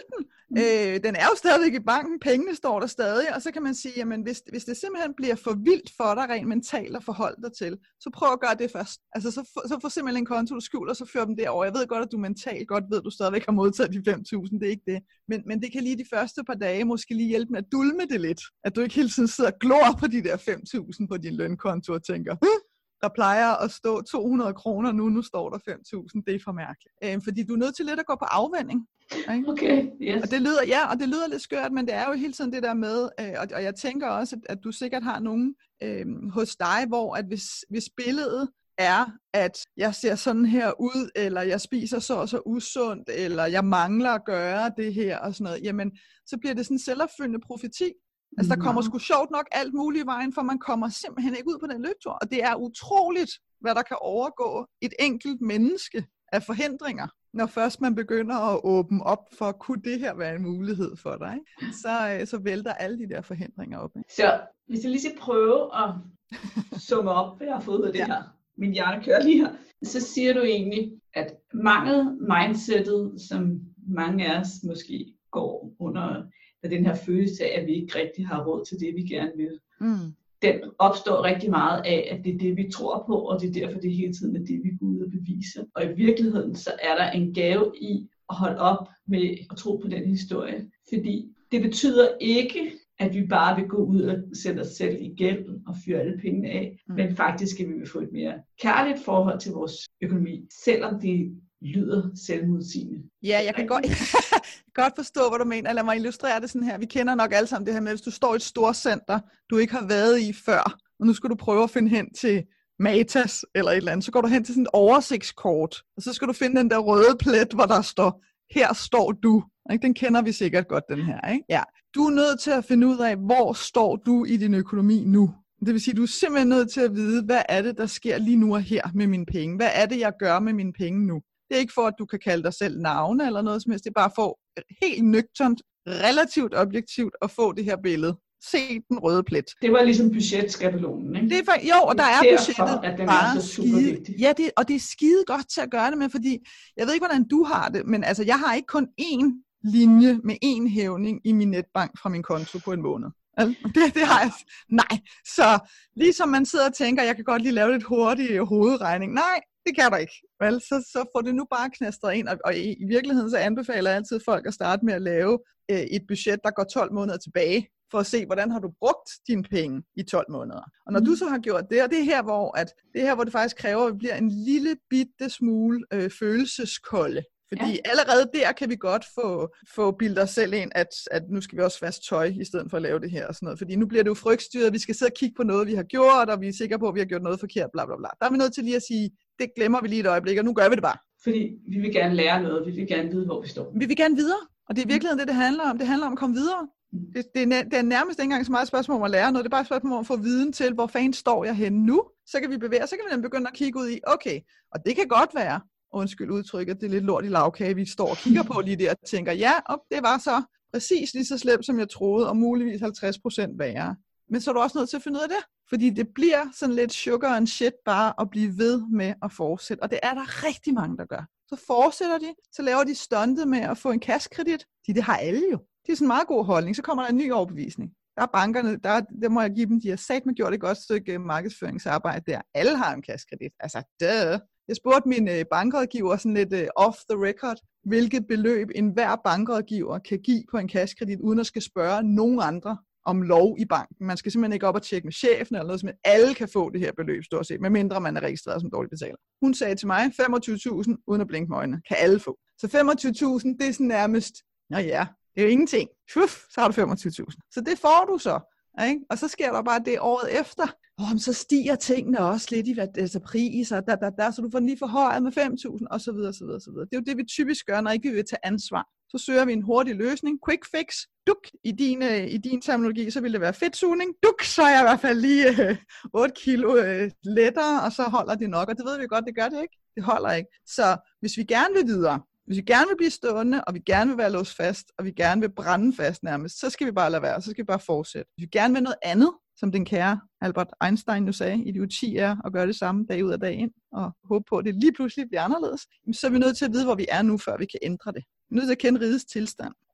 Mm. Øh, den er jo stadigvæk i banken, pengene står der stadig, og så kan man sige, jamen hvis, hvis det simpelthen bliver for vildt for dig rent mentalt at forholde dig til, så prøv at gøre det først. Altså så, så få simpelthen en konto, du skjuler, og så fører dem derover. Jeg ved godt, at du mentalt godt ved, at du stadigvæk har modtaget de fem tusind, det er ikke det. Men, men det kan lige de første par dage måske lige hjælpe med at dulme det lidt. At du ikke hele tiden sidder og glor på de der fem tusind på din lønkonto og tænker, hm, der plejer at stå to hundrede kroner nu, nu står der fem tusind, det er for mærkeligt. Øh, fordi du er nødt til lidt at gå på afvending. Ikke? Okay, yes. Og det lyder, ja, og det lyder lidt skørt, men det er jo hele tiden det der med, øh, og, og jeg tænker også, at, at du sikkert har nogen øh, hos dig, hvor at hvis, hvis billedet er, at jeg ser sådan her ud, eller jeg spiser så og så usundt, eller jeg mangler at gøre det her og sådan noget, jamen, så bliver det sådan en selvopfyldende profeti. Altså, der kommer sgu sjovt nok alt muligt i vejen, for man kommer simpelthen ikke ud på den løbetur. Og det er utroligt, hvad der kan overgå et enkelt menneske af forhindringer, når først man begynder at åbne op for, kunne det her være en mulighed for dig, så, så vælter alle de der forhindringer op. Ikke? Så hvis jeg lige skal prøve at summe op, hvad jeg har fået ud af det ja. her, min hjerne kører lige her, så siger du egentlig, at mangel mindsetet, som mange af os måske går under, den her følelse af, at vi ikke rigtig har råd til det, vi gerne vil. Mm. Den opstår rigtig meget af, at det er det, vi tror på, og det er derfor, det hele tiden er det, vi går ud og beviser. Og i virkeligheden, så er der en gave i at holde op med at tro på den historie. Fordi det betyder ikke, at vi bare vil gå ud og sætte os selv i gæld og fyre alle pengene af, mm. men faktisk skal vi få et mere kærligt forhold til vores økonomi, selvom det lyder selvmodsigende. Ja, jeg kan godt, godt forstå, hvad du mener. Lad mig illustrere det sådan her. Vi kender nok alle sammen det her med, hvis du står i et storcenter, du ikke har været i før, og nu skal du prøve at finde hen til Matas eller et eller andet, så går du hen til sådan et oversigtskort, og så skal du finde den der røde plet, hvor der står, her står du. Den kender vi sikkert godt, den her. Ikke? Ja. Du er nødt til at finde ud af, hvor står du i din økonomi nu. Det vil sige, at du er simpelthen nødt til at vide, hvad er det, der sker lige nu og her med mine penge? Hvad er det, jeg gør med mine penge nu? Det er ikke for, at du kan kalde dig selv navne eller noget som helst. Det er bare for helt nøgternt, relativt objektivt at få det her billede. Se den røde plet. Det var ligesom budgetskabelonen, ikke? Det er for, jo, og der er budgettet at den bare er så super skide. vigtig. Ja, det, og det er skide godt til at gøre det med, fordi jeg ved ikke, hvordan du har det, men altså, jeg har ikke kun én linje med én hævning i min netbank fra min konto på en måned. Det, det har jeg. Nej, så ligesom man sidder og tænker, jeg kan godt lige lave lidt hurtig hovedregning. Nej, det kan du ikke. Vel, så, så får det nu bare knastret ind, og, og i, i virkeligheden så anbefaler jeg altid folk at starte med at lave øh, et budget, der går tolv måneder tilbage, for at se, hvordan har du brugt dine penge i tolv måneder. Og når mm. du så har gjort det, og det er her, hvor, at, det er her, hvor det faktisk kræver, at vi bliver en lille bitte smule øh, følelseskolde. Fordi ja. allerede der kan vi godt få, få bildet os selv ind, at, at nu skal vi også vaske tøj, i stedet for at lave det her og sådan noget. Fordi nu bliver det jo frygtstyret, vi skal sidde og kigge på noget, vi har gjort, og vi er sikre på, at vi har gjort noget forkert, bla bla bla. Der er vi nødt til lige at sige, det glemmer vi lige et øjeblik, og nu gør vi det bare. Fordi vi vil gerne lære noget, vi vil gerne vide, hvor vi står. Vi vil gerne videre, og det er i virkeligheden det, det handler om. Det handler om at komme videre. Det, det, er, det er nærmest ikke engang så meget et spørgsmål om at lære noget, det er bare et spørgsmål om at få viden til, hvor fanden står jeg henne nu. Så kan vi bevæge, så kan vi nemlig begynde at kigge ud i, okay, og det kan godt være, undskyld udtrykket, det er lidt lort i lavkage, vi står og kigger på lige der og tænker, ja, og det var så præcis lige så slemt, som jeg troede, og muligvis halvtreds procent værre. Men så er du også nødt til at finde ud af det, fordi det bliver sådan lidt sugar and shit bare at blive ved med at fortsætte, og det er der rigtig mange, der gør. Så fortsætter de, så laver de stuntet med at få en kassekredit, de det har alle jo. Det er sådan en meget god holdning, så kommer der en ny overbevisning. Der er bankerne, der, der må jeg give dem, de har satme gjort et godt stykke markedsføringsarbejde der. Alle har en kassekredit, altså duh. Jeg spurgte min øh, bankrådgiver sådan lidt øh, off the record, hvilket beløb enhver bankrådgiver kan give på en kassekredit, uden at skal spørge nogen andre om lov i banken. Man skal simpelthen ikke op og tjekke med chefen eller noget, men alle kan få det her beløb, stort set, medmindre man er registreret som dårlig betaler. Hun sagde til mig, femogtyve tusind uden at blinke med øjnene, kan alle få. Så femogtyve tusind, det er sådan nærmest, nå ja, det er jo ingenting. Puff, så har du femogtyve tusind. Så det får du så. Ikke? Og så sker der bare det året efter. Oh, så stiger tingene også lidt i altså priser, der, der, der, så du får den lige forhøjet med fem tusind, og så videre, så videre, så videre. Det er jo det, vi typisk gør, når ikke vi vil tage ansvar. Så søger vi en hurtig løsning, quick fix, duk, i din, øh, i din terminologi, så vil det være fedtsugning, duk, så er jeg i hvert fald lige øh, otte kilo øh, lettere, og så holder det nok, og det ved vi godt, det gør det ikke. Det holder ikke. Så hvis vi gerne vil videre, hvis vi gerne vil blive stående, og vi gerne vil være låst fast, og vi gerne vil brænde fast nærmest, så skal vi bare lade være, så skal vi bare fortsætte. Hvis vi gerne vil noget andet, som den kære Albert Einstein jo sagde, idioti er at gøre det samme dag ud af dag ind, og håbe på, at det lige pludselig bliver anderledes, så er vi nødt til at vide, hvor vi er nu, før vi kan ændre det. Vi er nødt til at kende rigets tilstand. Ja.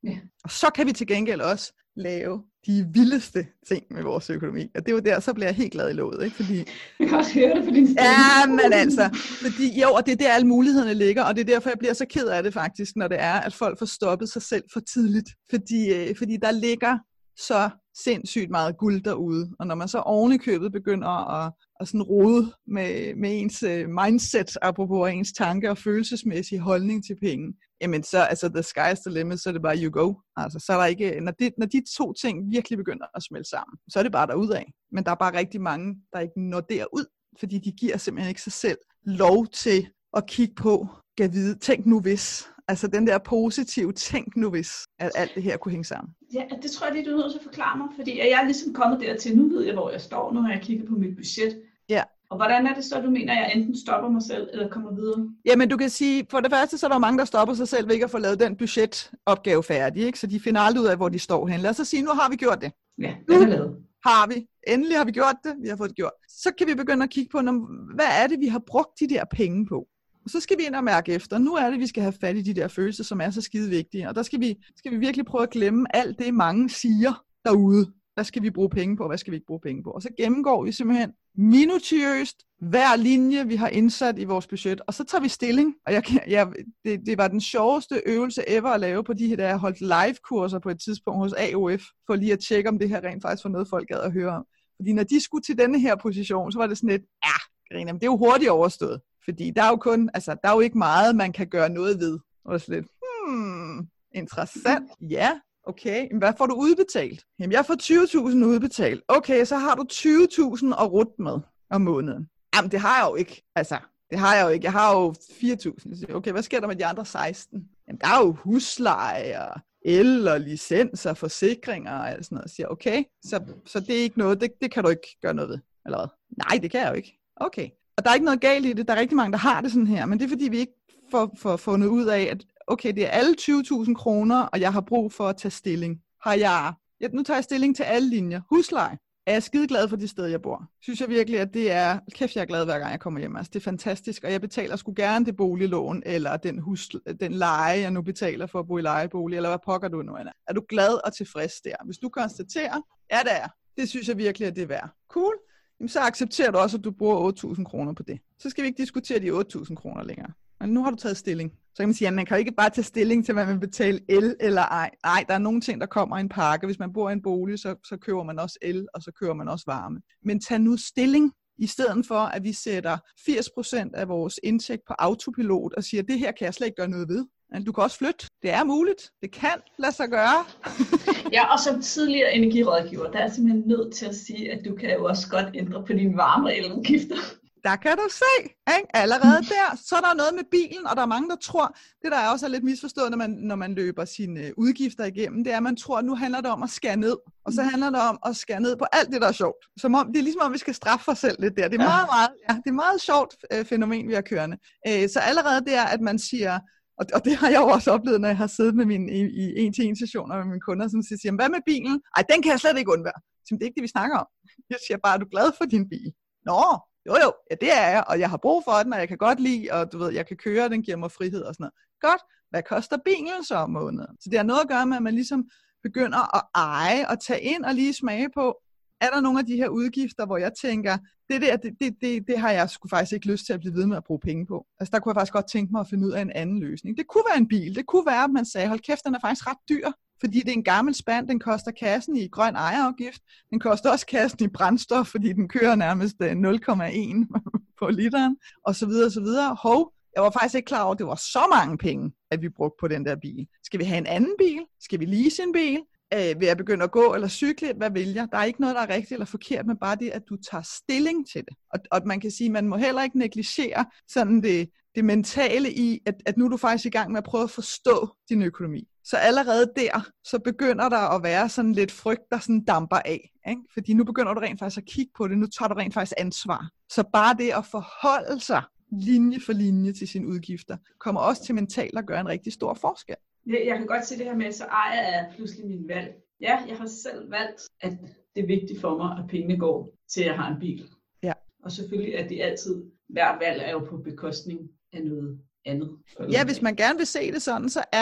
Og så kan vi til gengæld også lave de vildeste ting med vores økonomi. Og det er jo der, så bliver jeg helt glad i låget, ikke? Fordi... Jeg kan også høre det på din stemme. Ja, men altså, fordi jo, og det er der alle mulighederne ligger, og det er derfor, jeg bliver så ked af det faktisk, når det er, at folk får stoppet sig selv for tidligt. Fordi, øh, fordi der ligger så sindssygt meget guld derude, og når man så oven i købet begynder at, at sådan rode med, med ens uh, mindset, apropos ens tanke og følelsesmæssige holdning til penge, jamen så, altså the sky's the limit, så er det bare you go. Altså, så er der ikke, når, det, når de to ting virkelig begynder at smelte sammen, så er det bare derudad. Men der er bare rigtig mange, der ikke når derud, fordi de giver simpelthen ikke sig selv lov til at kigge på, gav vide, tænk nu hvis. Altså den der positive tænk nu hvis, at alt det her kunne hænge sammen. Ja, det tror jeg lige, du er nødt til at forklare mig, fordi jeg er ligesom kommet dertil, nu ved jeg, hvor jeg står, nu har jeg kigget på mit budget. Ja. Og hvordan er det så, du mener, at jeg enten stopper mig selv, eller kommer videre? Jamen du kan sige, for det første, så er der mange, der stopper sig selv ved ikke at få lavet den budgetopgave færdig, ikke? Så de finder aldrig ud af, hvor de står hen. Lad os så sige, nu har vi gjort det. Ja, det er lavet. Har vi. Endelig har vi gjort det. Vi har fået det gjort. Så kan vi begynde at kigge på, hvad er det, vi har brugt de der penge på? Og så skal vi ind og mærke efter. Nu er det, vi skal have fat i de der følelser, som er så skide vigtige. Og der skal vi, skal vi virkelig prøve at glemme alt det, mange siger derude. Hvad skal vi bruge penge på, og hvad skal vi ikke bruge penge på? Og så gennemgår vi simpelthen minutiøst hver linje, vi har indsat i vores budget. Og så tager vi stilling. Og jeg, jeg, det, det var den sjoveste øvelse ever at lave på de her, der jeg holdt live-kurser på et tidspunkt hos A O F, for lige at tjekke, om det her rent faktisk var noget, folk gad at høre om. Fordi når de skulle til denne her position, så var det sådan lidt, ja, Carina, men det er jo hurtigt overstået. Fordi der er jo kun, altså der er jo ikke meget, man kan gøre noget ved. Og så lidt, hmm, interessant. Ja, okay. Men hvad får du udbetalt? Jamen, jeg får tyve tusind udbetalt. Okay, så har du tyve tusind at rutte med om måneden. Jamen, det har jeg jo ikke. Altså, det har jeg jo ikke. Jeg har jo fire tusind. Okay, hvad sker der med de andre seksten? Jamen, der er jo husleje og el og licens og forsikringer og alt sådan noget. Så siger okay, så, så det er ikke noget, det, det kan du ikke gøre noget ved. Eller hvad? Nej, det kan jeg jo ikke. Okay. Og der er ikke noget galt i det. Der er rigtig mange, der har det sådan her. Men det er fordi, vi ikke får, får fundet ud af, at okay, det er alle tyve tusind kroner, og jeg har brug for at tage stilling. Har jeg, ja, nu tager jeg stilling til alle linjer. Husleje. Er jeg skide glad for det sted, jeg bor? Synes jeg virkelig, at det er, kæft, jeg er glad hver gang jeg kommer hjem. Altså, det er fantastisk, og jeg betaler sgu gerne det boliglån, eller den, hus, den leje, jeg nu betaler for at bo i lejebolig, eller hvad pokker du nu er. Er du glad og tilfreds der? Hvis du konstaterer, ja, det er. Det synes jeg virkelig, at det er værd. Cool. Jamen, så accepterer du også, at du bruger otte tusind kroner på det. Så skal vi ikke diskutere de otte tusind kroner længere. Men nu har du taget stilling. Så kan man sige, at man kan jo ikke bare tage stilling til, hvad man betaler el eller ej. Nej, der er nogle ting, der kommer i en pakke. Hvis man bor i en bolig, så, så køber man også el, og så køber man også varme. Men tag nu stilling, i stedet for, at vi sætter firs procent af vores indtægt på autopilot og siger, at det her kan jeg slet ikke gøre noget ved. Du kan også flytte. Det er muligt. Det kan lade sig gøre. Ja, og som tidligere energirådgiver, der er simpelthen nødt til at sige, at du kan jo også godt ændre på dine varme- og eludgifter. Der kan du se, ikke? Allerede der. Så er der noget med bilen, og der er mange, der tror, det der er også lidt misforstået, når man, når man løber sine udgifter igennem, det er, at man tror, at nu handler det om at skære ned. Og så handler det om at skære ned på alt det, der er sjovt. Som om, det er ligesom om, vi skal straffe os selv lidt der. Det er meget, meget, ja, det er meget sjovt øh, fænomen, vi har kørende. Øh, så allerede der, at man siger, og, og det har jeg jo også oplevet, når jeg har siddet med mine, i, i en-til-en-sessioner med mine kunder, som siger, hvad med bilen? Ej, den kan jeg slet ikke undvære. Så det er ikke det, vi snakker om. Jeg siger bare, er du glad for din bil? Nå, jo jo, ja det er jeg, og jeg har brug for den, og jeg kan godt lide, og du ved, jeg kan køre, den giver mig frihed og sådan noget. Godt, hvad koster bilen så om måneden? Så det har noget at gøre med, at man ligesom begynder at eje og tage ind og lige smage på, er der nogle af de her udgifter, hvor jeg tænker, det der, det, det, det, det har jeg sgu faktisk ikke lyst til at blive ved med at bruge penge på. Altså der kunne jeg faktisk godt tænke mig at finde ud af en anden løsning. Det kunne være en bil, det kunne være, at man sagde, hold kæft, den er faktisk ret dyr, fordi det er en gammel spand, den koster kassen i grøn ejerafgift, den koster også kassen i brændstof, fordi den kører nærmest nul komma en på literen, og så videre, og så videre. Hov, jeg var faktisk ikke klar over, at det var så mange penge, at vi brugte på den der bil. Skal vi have en anden bil? Skal vi lease en bil? Øh, vil jeg begynde at gå eller cykle? Hvad vil jeg? Der er ikke noget, der er rigtigt eller forkert, men bare det, at du tager stilling til det. Og, og man kan sige, at man må heller ikke negligere sådan det, det mentale i, at, at nu er du faktisk i gang med at prøve at forstå din økonomi. Så allerede der, så begynder der at være sådan lidt frygt, der sådan damper af. Ikke? Fordi nu begynder du rent faktisk at kigge på det. Nu tager du rent faktisk ansvar. Så bare det at forholde sig linje for linje til sine udgifter, kommer også til mentalt at gøre en rigtig stor forskel. Jeg kan godt se det her med, så ejer jeg pludselig min valg. Ja, jeg har selv valgt, at det er vigtigt for mig, at pengene går til, at jeg har en bil. Ja. Og selvfølgelig er det altid, hver valg er jo på bekostning af noget andet. Ja, hvis man gerne vil se det sådan, så er det.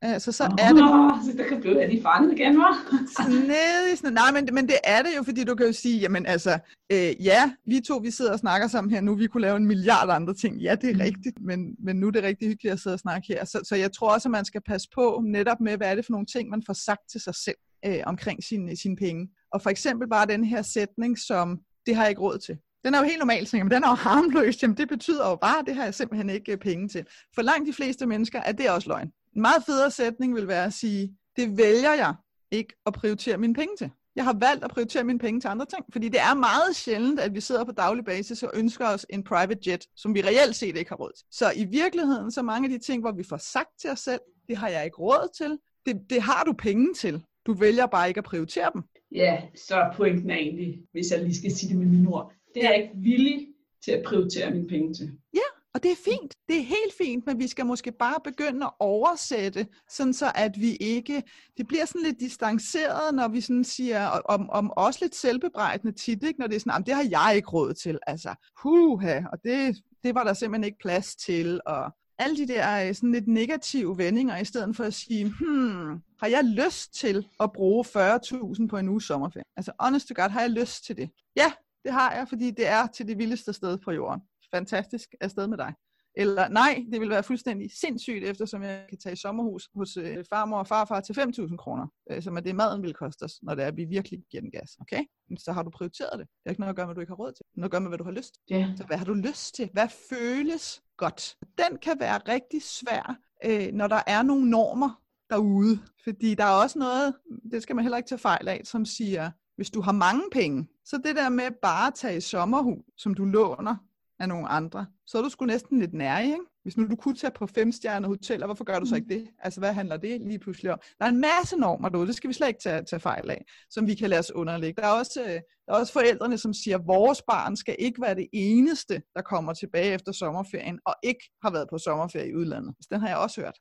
Altså, så er det... Oh, så der kan blive, at de fanget igen, hva'? Snedig, snedig. Nej, men, men det er det jo, fordi du kan jo sige, jamen altså, øh, ja, vi to, vi sidder og snakker sammen her nu, vi kunne lave en milliard andre ting. Ja, det er mm. rigtigt, men, men nu er det rigtig hyggeligt at sidde og snakke her. Så, så jeg tror også, at man skal passe på netop med, hvad er det for nogle ting, man får sagt til sig selv øh, omkring sine, sine penge. Og for eksempel bare den her sætning, som, det har jeg ikke råd til. Den er jo helt normal, men den er jo harmløs. Jamen, det betyder jo bare, det har jeg simpelthen ikke penge til. For langt de fleste mennesker er det også løgn. En meget federe sætning vil være at sige, det vælger jeg ikke at prioritere mine penge til. Jeg har valgt at prioritere mine penge til andre ting, fordi det er meget sjældent, at vi sidder på daglig basis og ønsker os en private jet, som vi reelt set ikke har råd til. Så i virkeligheden, så mange af de ting, hvor vi får sagt til os selv, det har jeg ikke råd til, det, det har du penge til. Du vælger bare ikke at prioritere dem. Ja, så pointen er egentlig, hvis jeg lige skal sige det med mine ord, det er jeg ikke villig til at prioritere mine penge til. Ja. Og det er fint, det er helt fint, men vi skal måske bare begynde at oversætte, sådan så at vi ikke, det bliver sådan lidt distanceret, når vi sådan siger, om, om også lidt selvbebrejdende tit, ikke? Når det er sådan, det har jeg ikke råd til, altså, huha, og det, det var der simpelthen ikke plads til, og alle de der sådan lidt negative vendinger, i stedet for at sige, hmm, har jeg lyst til at bruge fyrre tusind på en uge sommerferie? Altså, honest to God, har jeg lyst til det? Ja, det har jeg, fordi det er til det vildeste sted på jorden. Fantastisk afsted med dig. Eller nej, det vil være fuldstændig sindssygt, eftersom jeg kan tage i sommerhus hos øh, farmor og farfar til fem tusind kroner, øh, som er det maden vil koste os, når det er, at vi virkelig giver den gas. Okay? Så har du prioriteret det. Det er ikke noget at gøre med, hvad du ikke har råd til. Det er noget at gøre med, hvad du har lyst til. Yeah. Så hvad har du lyst til? Hvad føles godt? Den kan være rigtig svær, øh, når der er nogle normer derude. Fordi der er også noget, det skal man heller ikke tage fejl af, som siger, hvis du har mange penge, så det der med bare at tage i sommerhus, som du låner af nogle andre, så er du sgu næsten lidt nærig, ikke? Hvis nu du kunne tage på femstjernede hoteller, hvorfor gør du så ikke det? Altså, hvad handler det lige pludselig om? Der er en masse normer derude, det skal vi slet ikke tage, tage fejl af, som vi kan lade os underlægge. Der er, også, der er også forældrene, som siger, at vores barn skal ikke være det eneste, der kommer tilbage efter sommerferien, og ikke har været på sommerferie i udlandet. Den har jeg også hørt.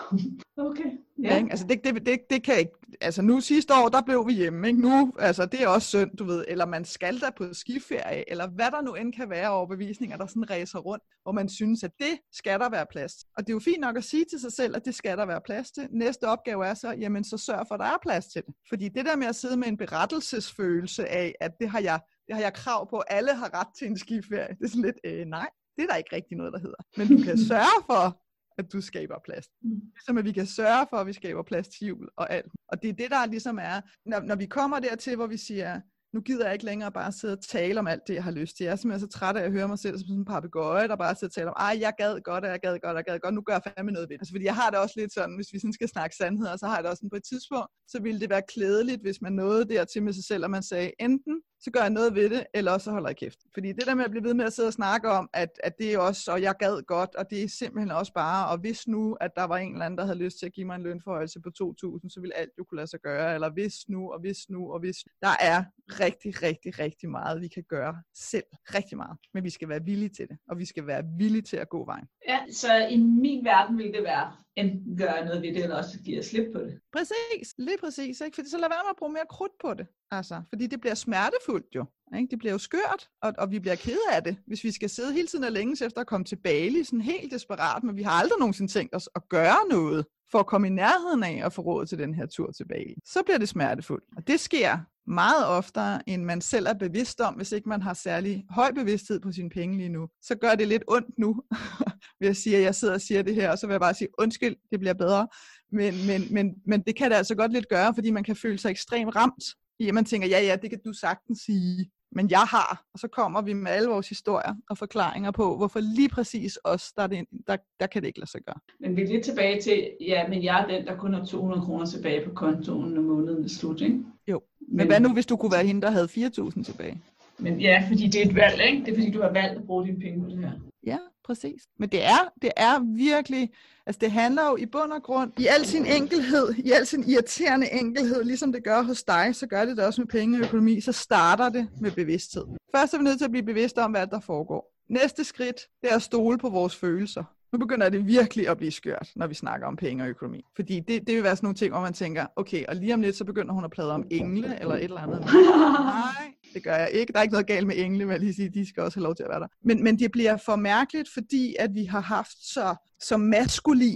Okay. Ja. Ja, altså, det, det, det, det kan ikke, altså nu sidste år, der blev vi hjemme, ikke? Nu, altså det er også synd, du ved, eller man skal da på skiferie, eller hvad der nu end kan være overbevisninger, der sådan ræser rundt, hvor man synes, at det skal der være plads til. Og det er jo fint nok at sige til sig selv, at det skal der være plads til. Næste opgave er så, jamen så sørg for, at der er plads til det. Fordi det der med at sidde med en berettelsesfølelse af, at det har jeg, det har jeg krav på, alle har ret til en skiferie, det er sådan lidt, øh, nej, det er der ikke rigtig noget, der hedder. Men du kan sørge for, at du skaber plads. Ligesom at vi kan sørge for, at vi skaber plads til jul og alt. Og det er det, der ligesom er, når, når vi kommer dertil, hvor vi siger, nu gider jeg ikke længere bare sidde og tale om alt det, jeg har lyst til. Jeg er simpelthen så træt af at høre mig selv som sådan en papegøje, der bare sidder og taler om, ej, jeg gad godt, og jeg gad godt, og jeg gad godt, nu gør jeg fandme noget ved det. Altså, fordi jeg har det også lidt sådan, hvis vi sådan skal snakke sandheder, så har jeg det også sådan på et tidspunkt, så ville det være klædeligt, hvis man nåede dertil med sig selv, og man sagde, enten så gør jeg noget ved det, eller også så holder jeg kæft. Fordi det der med at blive ved med at sidde og snakke om, at, at det er også, og jeg gad godt, og det er simpelthen også bare, og hvis nu, at der var en eller anden, der havde lyst til at give mig en lønforhøjelse på to tusind, så ville alt jo kunne lade sig gøre, eller hvis nu, og hvis nu, og hvis. Der er rigtig, rigtig, rigtig meget, vi kan gøre selv. Rigtig meget. Men vi skal være villige til det, og vi skal være villige til at gå vejen. Ja, så i min verden vil det være, enten gøre noget ved det, eller også give slip på det. Præcis, lige præcis. Ikke? Fordi så lad være med at bruge mere krudt på det. Altså, fordi det bliver smertefuldt jo. Ikke? Det bliver jo skørt, og, og vi bliver kede af det, hvis vi skal sidde hele tiden og længes efter at komme til Bali, sådan helt desperat, men vi har aldrig nogensinde tænkt os at gøre noget for at komme i nærheden af at få råd til den her tur til Bali. Så bliver det smertefuldt. Og det sker meget oftere, end man selv er bevidst om, hvis ikke man har særlig høj bevidsthed på sine penge lige nu. Så gør det lidt ondt nu, ved at sige, at jeg sidder og siger det her, og så vil jeg bare sige, undskyld, det bliver bedre. Men, men, men, men det kan det altså godt lidt gøre, fordi man kan føle sig ekstremt ramt, i at man tænker, ja, ja, det kan du sagtens sige, men jeg har. Og så kommer vi med alle vores historier og forklaringer på, hvorfor lige præcis os, der, det, der, der kan det ikke lade sig gøre. Men vi er lidt tilbage til, ja, men jeg er den, der kun har to hundrede kroner tilbage på kontoen, når måneden er slut, ikke? Jo, men, men hvad nu, hvis du kunne være hende, der havde fire tusind tilbage? Men ja, fordi det er et valg, ikke? Det er fordi, du har valgt at bruge dine penge på det her. Ja, præcis. Men det er, det er virkelig, altså det handler jo i bund og grund, i al sin enkelhed, i al sin irriterende enkelhed, ligesom det gør hos dig, så gør det det også med penge og økonomi, så starter det med bevidsthed. Først er vi nødt til at blive bevidste om, hvad der foregår. Næste skridt, det er at stole på vores følelser. Nu begynder det virkelig at blive skørt, når vi snakker om penge og økonomi. Fordi det, det vil være sådan nogle ting, hvor man tænker, okay, og lige om lidt, så begynder hun at plade om engle, eller et eller andet. Nej, det gør jeg ikke. Der er ikke noget galt med engle, vil jeg lige sige. De skal også have lov til at være der. Men, men det bliver for mærkeligt, fordi at vi har haft så, så maskulin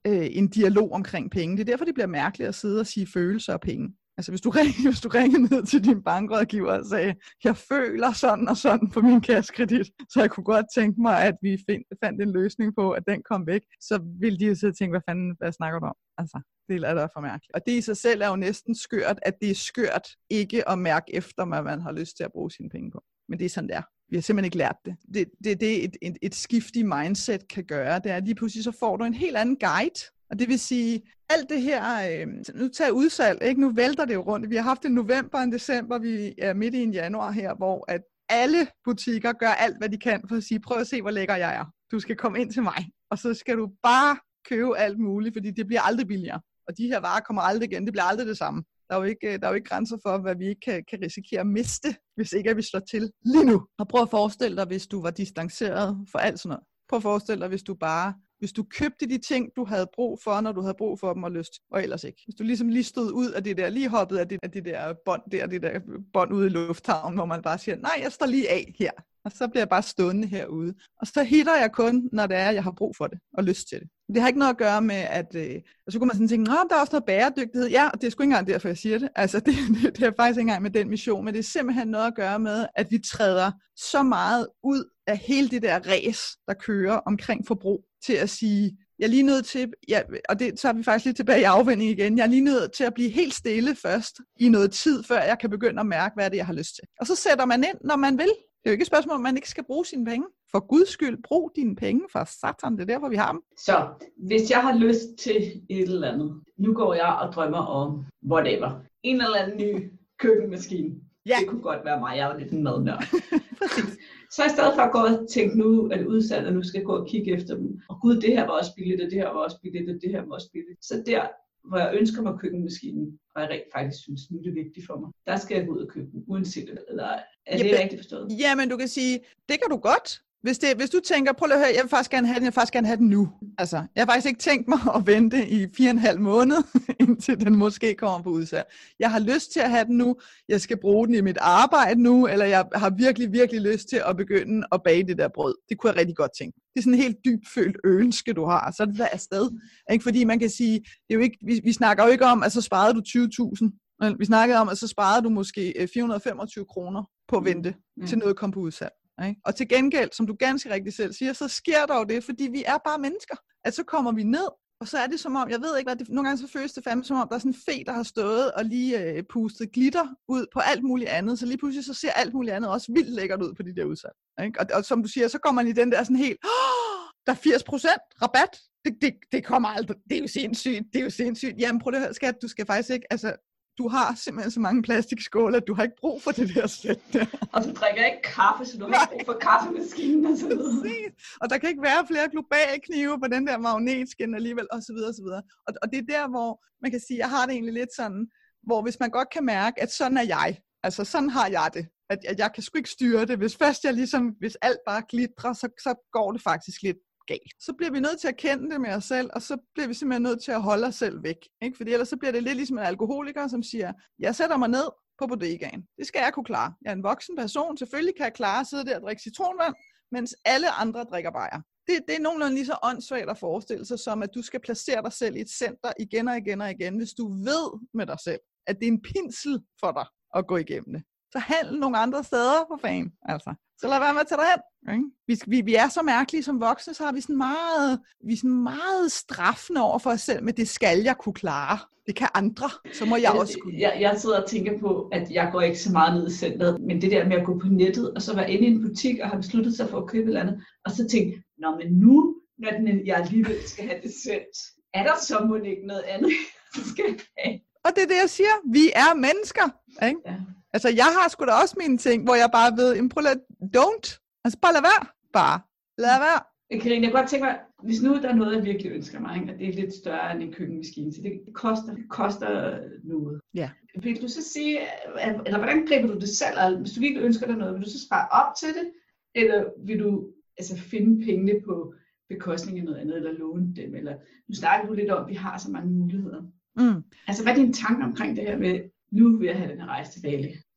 øh, en dialog omkring penge. Det er derfor, det bliver mærkeligt at sidde og sige følelser og penge. Altså hvis du ringer, hvis du ringer ned til din bankrådgiver og sagde, jeg føler sådan og sådan på min kassekredit, så jeg kunne godt tænke mig, at vi find, fandt en løsning på, at den kom væk, så ville de jo sidde og tænke, hvad fanden, hvad snakker du om? Altså, det er da for mærkeligt. Og det i sig selv er jo næsten skørt, at det er skørt ikke at mærke efter, hvad man har lyst til at bruge sine penge på. Men det er sådan der. Vi har simpelthen ikke lært det. Det er det, det, et, et, et skift i mindset kan gøre. Det er, at lige pludselig så får du en helt anden guide. Og det vil sige, alt det her, øh, nu tager udsalg, ikke? Nu vælter det jo rundt. Vi har haft en november og en december, vi er midt i en januar her, hvor at alle butikker gør alt, hvad de kan for at sige, prøv at se, hvor lækker jeg er. Du skal komme ind til mig, og så skal du bare købe alt muligt, fordi det bliver aldrig billigere. Og de her varer kommer aldrig igen, det bliver aldrig det samme. Der er jo ikke, der er jo ikke grænser for, hvad vi ikke kan, kan risikere at miste, hvis ikke at vi slår til lige nu. Og prøv at forestille dig, hvis du var distanceret for alt sådan noget. Prøv at forestille dig, hvis du bare, hvis du købte de ting, du havde brug for, når du havde brug for dem og lyst, og ellers ikke. Hvis du ligesom lige stod ud af det der, lige hoppede af det, af det der bånd der, det der bånd ude i lufthavnen, hvor man bare siger, nej, jeg står lige af her. Og så bliver jeg bare stående herude. Og så hitter jeg kun, når det er, jeg har brug for det og lyst til det. Det har ikke noget at gøre med, at øh, så kunne man sådan tænke, nå, der er også noget bæredygtighed. Ja, og det er sgu ikke engang derfor, jeg siger det. Altså, det, det, det er faktisk ikke engang med den mission, men det er simpelthen noget at gøre med, at vi træder så meget ud af hele det der ræs, der kører omkring forbrug, til at sige, jeg er lige nødt til, ja, og det, så er vi faktisk lidt tilbage i afvinding igen, jeg er lige nødt til at blive helt stille først i noget tid, før jeg kan begynde at mærke, hvad det er, jeg har lyst til. Og så sætter man ind, når man vil. Det er jo ikke et spørgsmål, om man ikke skal bruge sine penge. For Guds skyld, brug dine penge for satan, det er derfor, vi har dem. Så hvis jeg har lyst til et eller andet, nu går jeg og drømmer om whatever. En eller anden ny køkkenmaskine. Ja. Det kunne godt være mig, jeg er jo lidt en madnørd. Præcis. Så i stedet for at gå og tænke nu, at udsalget nu skal gå og kigge efter dem. Og gud, det her var også billigt, og det her var også billigt, og det her var også billigt. Så der, hvor jeg ønsker mig køkkenmaskinen, og jeg rent faktisk synes, nu er det vigtigt for mig, der skal jeg gå ud og købe den, uanset det eller ej. Er det Jamen, rigtigt forstået? Jamen, du kan sige, det kan du godt. Hvis, det, hvis du tænker, prøv at høre, jeg vil faktisk gerne have den, jeg vil faktisk gerne have den nu. Altså, jeg har faktisk ikke tænkt mig at vente i fire og en halv måned, indtil den måske kommer på udsalg. Jeg har lyst til at have den nu, jeg skal bruge den i mit arbejde nu, eller jeg har virkelig, virkelig lyst til at begynde at bage det der brød. Det kunne jeg rigtig godt tænke. Det er sådan en helt dybfølt ønske, du har, så er det der afsted. Ikke? Fordi man kan sige, det er jo ikke, vi, vi snakker jo ikke om, at så sparede du tyve tusind. Vi snakkede om, at så sparede du måske fire hundrede og femogtyve kroner på at vente, mm. til noget kom på udsalg. Ikke? Og til gengæld, som du ganske rigtigt selv siger, så sker der jo det, fordi vi er bare mennesker. At så kommer vi ned, og så er det som om, jeg ved ikke hvad, det, nogle gange så føles det fandme som om, der er sådan en fe, der har stået og lige øh, pustet glitter ud på alt muligt andet, så lige pludselig så ser alt muligt andet også vildt lækkert ud på de der udsalg. Ikke? Og, og som du siger, så kommer man i den der sådan helt, oh, der er firs procent rabat, det, det, det kommer aldrig, det er jo sindssygt, det er jo sindssygt. Jamen prøv at høre, skat, du skal faktisk ikke, altså, du har simpelthen så mange plastikskåle, at du har ikke brug for det der sæt der. Og du drikker ikke kaffe, så du har ikke brug for kaffemaskinen og så videre. Og der kan ikke være flere globale knive på den der magnetskin alligevel, og så videre, og så videre. Og, og det er der, hvor man kan sige, jeg har det egentlig lidt sådan, hvor hvis man godt kan mærke, at sådan er jeg, altså sådan har jeg det, at, at jeg kan sgu ikke styre det. Hvis først jeg ligesom, hvis alt bare glitrer, så, så går det faktisk lidt galt. Så bliver vi nødt til at kende det med os selv, og så bliver vi simpelthen nødt til at holde os selv væk. Ikke? Fordi ellers så bliver det lidt ligesom en alkoholiker, som siger, jeg sætter mig ned på bodegaen. Det skal jeg kunne klare. Jeg er en voksen person, selvfølgelig kan jeg klare at sidde der og drikke citronvand, mens alle andre drikker bajer. Det, det er nogenlunde lige så åndssvagt at forestille sig, som at du skal placere dig selv i et center igen og igen og igen, hvis du ved med dig selv, at det er en pinsel for dig at gå igennem det. Så handle nogle andre steder for fanden, altså. Så lad være med at tage dig hen. Ikke? Vi, vi, vi er så mærkelige som voksne, så har vi sådan meget, vi er sådan meget straffende over for os selv, men det skal jeg kunne klare. Det kan andre, så må jeg også kunne. Jeg, jeg sidder og tænker på, at jeg går ikke så meget ned i centret, men det der med at gå på nettet, og så være inde i en butik og have besluttet sig for at købe et eller andet, og så tænke, nå men nu, når den, jeg alligevel skal have det sendt, er der så må ikke noget andet, jeg skal have. Og det er det, jeg siger. Vi er mennesker. Ikke? Ja. Altså, jeg har sgu da også mine ting, hvor jeg bare ved, prøv at don't. Altså, bare lad være. Bare lad være. Karina, jeg kan godt tænke mig, hvis nu der er noget, jeg virkelig ønsker mig, ikke? Og det er lidt større end en køkkenmaskine, så det koster, det koster noget. Ja. Vil du så sige, eller hvordan griber du det selv? Altså, hvis du virkelig ønsker dig noget, vil du så spare op til det? Eller vil du altså, finde pengene på bekostning af noget andet, eller låne dem? Eller, nu snakker du lidt om, at vi har så mange muligheder. Mm. Altså, hvad er dine tanker omkring det her med, nu vil jeg have den her rejse til Bali? Ja,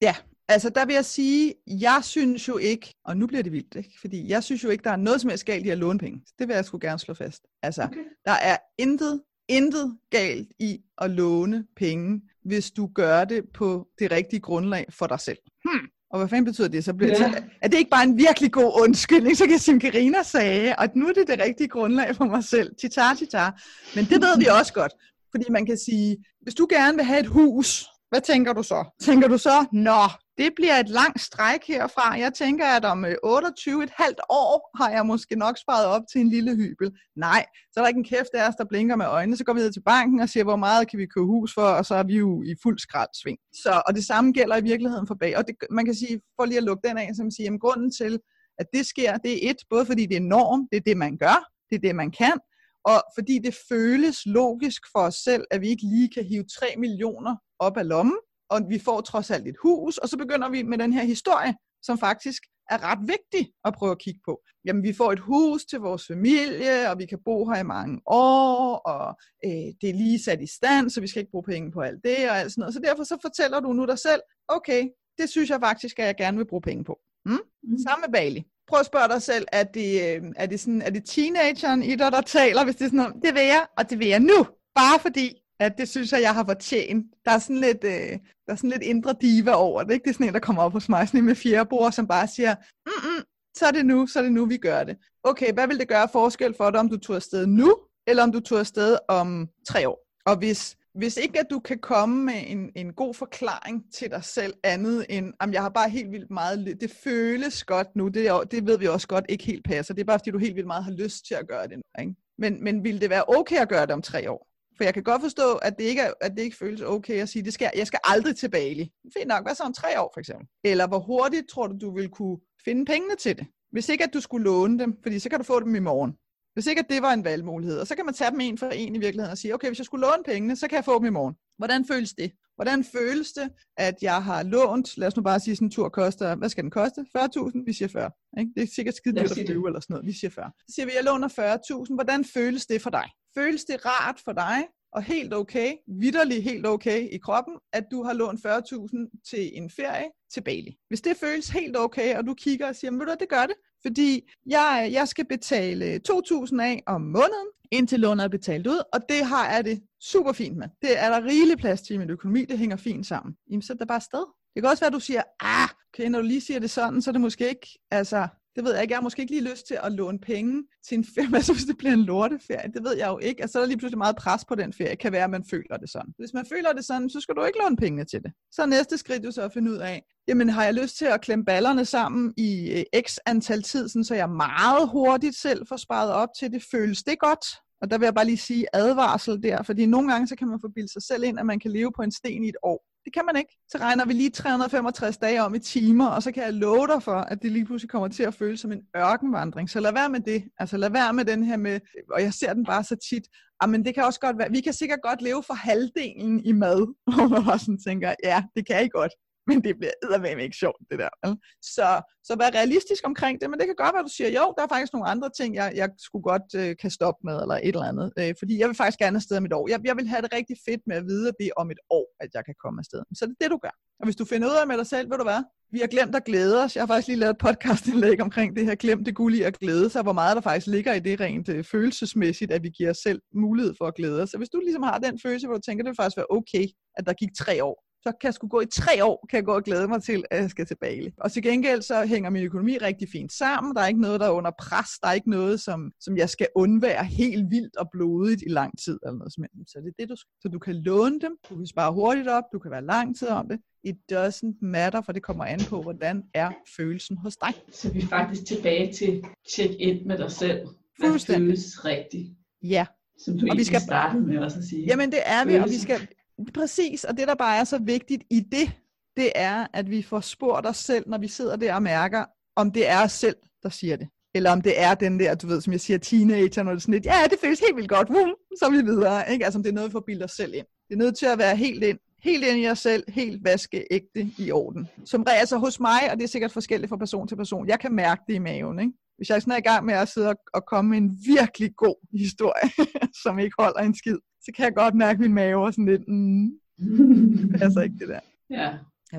Altså, der vil jeg sige, jeg synes jo ikke, og nu bliver det vildt, ikke? Fordi jeg synes jo ikke, der er noget som helst galt i at låne penge. Det vil jeg sgu gerne slå fast. Altså, okay. Der er intet, intet galt i at låne penge, hvis du gør det på det rigtige grundlag for dig selv. Hmm. Og hvad fanden betyder det? Så bliver ja. det, er det ikke bare en virkelig god undskyldning, så kan Sim Karina sige, og nu er det det rigtige grundlag for mig selv. Titar, titar. Men det ved vi også godt. Fordi man kan sige, hvis du gerne vil have et hus, hvad tænker du så? Tænker du så, nå, det bliver et langt stræk herfra. Jeg tænker, at om otteogtyve komma fem år har jeg måske nok sparet op til en lille hybel. Nej, så er der ikke en kæft af os, der blinker med øjnene. Så går vi ned til banken og siger, hvor meget kan vi købe hus for, og så er vi jo i fuld skraldsving. Så, og det samme gælder i virkeligheden for bag. Og det, man kan sige, for lige at lukke den af, så man siger, jamen, grunden til, at det sker, det er et, både fordi det er norm, det er det, man gør, det er det, man kan, og fordi det føles logisk for os selv, at vi ikke lige kan hive tre millioner op af lommen, og vi får trods alt et hus, og så begynder vi med den her historie, som faktisk er ret vigtig at prøve at kigge på. Jamen, vi får et hus til vores familie, og vi kan bo her i mange år, og øh, det er lige sat i stand, så vi skal ikke bruge penge på alt det, og alt sådan noget. Så derfor så fortæller du nu dig selv, okay, det synes jeg faktisk, at jeg gerne vil bruge penge på. Mm? Mm. Sammen med Bali. Prøv at spørge dig selv, er det, er det, sådan, er det teenageren i dig, der taler, hvis det er sådan noget, det vil jeg, og det vil jeg nu, bare fordi, at det synes jeg, jeg har fortjent. Der er sådan lidt, øh, der er sådan lidt indre diva over det, ikke? Det er sådan en, der kommer op hos mig, sådan en med fjerbord, som bare siger, mm-mm, så er det nu, så er det nu, vi gør det. Okay, hvad vil det gøre forskel for dig, om du tog afsted nu, eller om du tog afsted om tre år? Og hvis, hvis ikke, at du kan komme med en, en god forklaring til dig selv, andet end, om jeg har bare helt vildt meget, det føles godt nu, det, det ved vi også godt ikke helt passer, det er bare, fordi du helt vildt meget har lyst til at gøre det nu, ikke? Men, men vil det være okay at gøre det om tre år? For jeg kan godt forstå, at det ikke, er, at det ikke føles okay at sige, det skal, jeg skal aldrig til Bali. Fint nok, hvad så om tre år for eksempel? Eller hvor hurtigt tror du, du vil kunne finde pengene til det? Hvis ikke, at du skulle låne dem, fordi så kan du få dem i morgen. Hvis ikke, at det var en valgmulighed, og så kan man tage dem en for en i virkeligheden og sige, okay, hvis jeg skulle låne pengene, så kan jeg få dem i morgen. Hvordan føles det? Hvordan føles det, at jeg har lånt, lad os nu bare sige, sådan en tur koster, hvad skal den koste? fyrre tusind? Vi siger fyrre. Ikke? Det er sikkert skide dyrt at flyve eller sådan noget. Vi siger fyrre. Så siger vi, jeg låner fyrre tusind. Hvordan føles det for dig? Føles det rart for dig, og helt okay, vitterligt helt okay i kroppen, at du har lånt fyrre tusind til en ferie til Bali? Hvis det føles helt okay, og du kigger og siger, ved du, det gør det, fordi jeg, jeg skal betale to tusind af om måneden, indtil lånet er betalt ud, og det har jeg det super fint med. Det er der rigelig plads til i min økonomi, det hænger fint sammen. Jamen, så er det bare sted. Det kan også være, at du siger, ah, okay, når du lige siger det sådan, så er det måske ikke, altså, det ved jeg ikke, jeg har måske ikke lige lyst til at låne penge til en ferie, altså hvis det bliver en lorteferie, det ved jeg jo ikke, altså så er der lige pludselig meget pres på den ferie, kan være, at man føler det sådan. Hvis man føler det sådan, så skal du ikke låne pengene til det. Så er næste skridt jo så at finde ud af, jamen har jeg lyst til at klemme ballerne sammen i øh, x antal tid, sådan, så jeg meget hurtigt selv får sparet op til det, føles det godt? Og der vil jeg bare lige sige advarsel der, fordi nogle gange så kan man få bildet sig selv ind, at man kan leve på en sten i et år. Det kan man ikke. Så regner vi lige tre hundrede og femogtres dage om i timer, og så kan jeg love dig for, at det lige pludselig kommer til at føles som en ørkenvandring. Så lad være med det. Altså lad være med den her med, og jeg ser den bare så tit, men det kan også godt være, vi kan sikkert godt leve for halvdelen i mad, og man bare sådan tænker, ja, det kan I godt. Men det bliver eddermame ikke sjovt, det der. Så, så vær realistisk omkring det, men det kan godt være, at du siger, jo, der er faktisk nogle andre ting, jeg, jeg skulle godt øh, kan stoppe med, eller et eller andet. Øh, fordi jeg vil faktisk gerne afsted om et år. Jeg, jeg vil have det rigtig fedt med at vide, at det er om et år, at jeg kan komme afsted. Så det er det, du gør. Og hvis du finder ud af med dig selv, ved du hvad? Vi har glemt at glæde os. Jeg har faktisk lige lavet et podcastindlæg omkring det her glemt det guld i at glæde sig, hvor meget der faktisk ligger i det rent øh, følelsesmæssigt, at vi giver os selv mulighed for at glæde os. Så hvis du ligesom har den følelse, hvor du tænker, det vil faktisk være okay, at der gik tre år, så kan jeg sgu gå i tre år, kan jeg gå og glæde mig til, at jeg skal til Bali. Og til gengæld så hænger min økonomi rigtig fint sammen. Der er ikke noget, der er under pres. Der er ikke noget, som, som jeg skal undvære helt vildt og blodigt i lang tid. Eller noget som så det er det, du skal. Så du kan låne dem, du kan spare hurtigt op, du kan være lang tid om det. It doesn't matter, for det kommer an på, hvordan er følelsen hos dig. Så vi er faktisk tilbage til check ind med dig selv. Hvad føles rigtigt? Ja. Som du og vi skal starte med også at sige. Jamen det er vi, og vi skal... Præcis, og det der bare er så vigtigt i det, det er, at vi får spurgt os selv, når vi sidder der og mærker, om det er os selv, der siger det. Eller om det er den der, du ved, som jeg siger, teenager, når det er sådan lidt, ja, det føles helt vildt godt, så er vi videre, ikke? Altså om det er noget, vi får bildet os selv ind. Det er nødt til at være helt ind, helt ind i os selv, helt vaskeægte i orden. Som regel, altså hos mig, og det er sikkert forskelligt fra person til person, jeg kan mærke det i maven, ikke? Hvis jeg sådan er i gang med at sidde og komme med en virkelig god historie, som ikke holder en skid, så kan jeg godt mærke min mave og sådan lidt, mm, det passer ikke det der. Ja. Ja.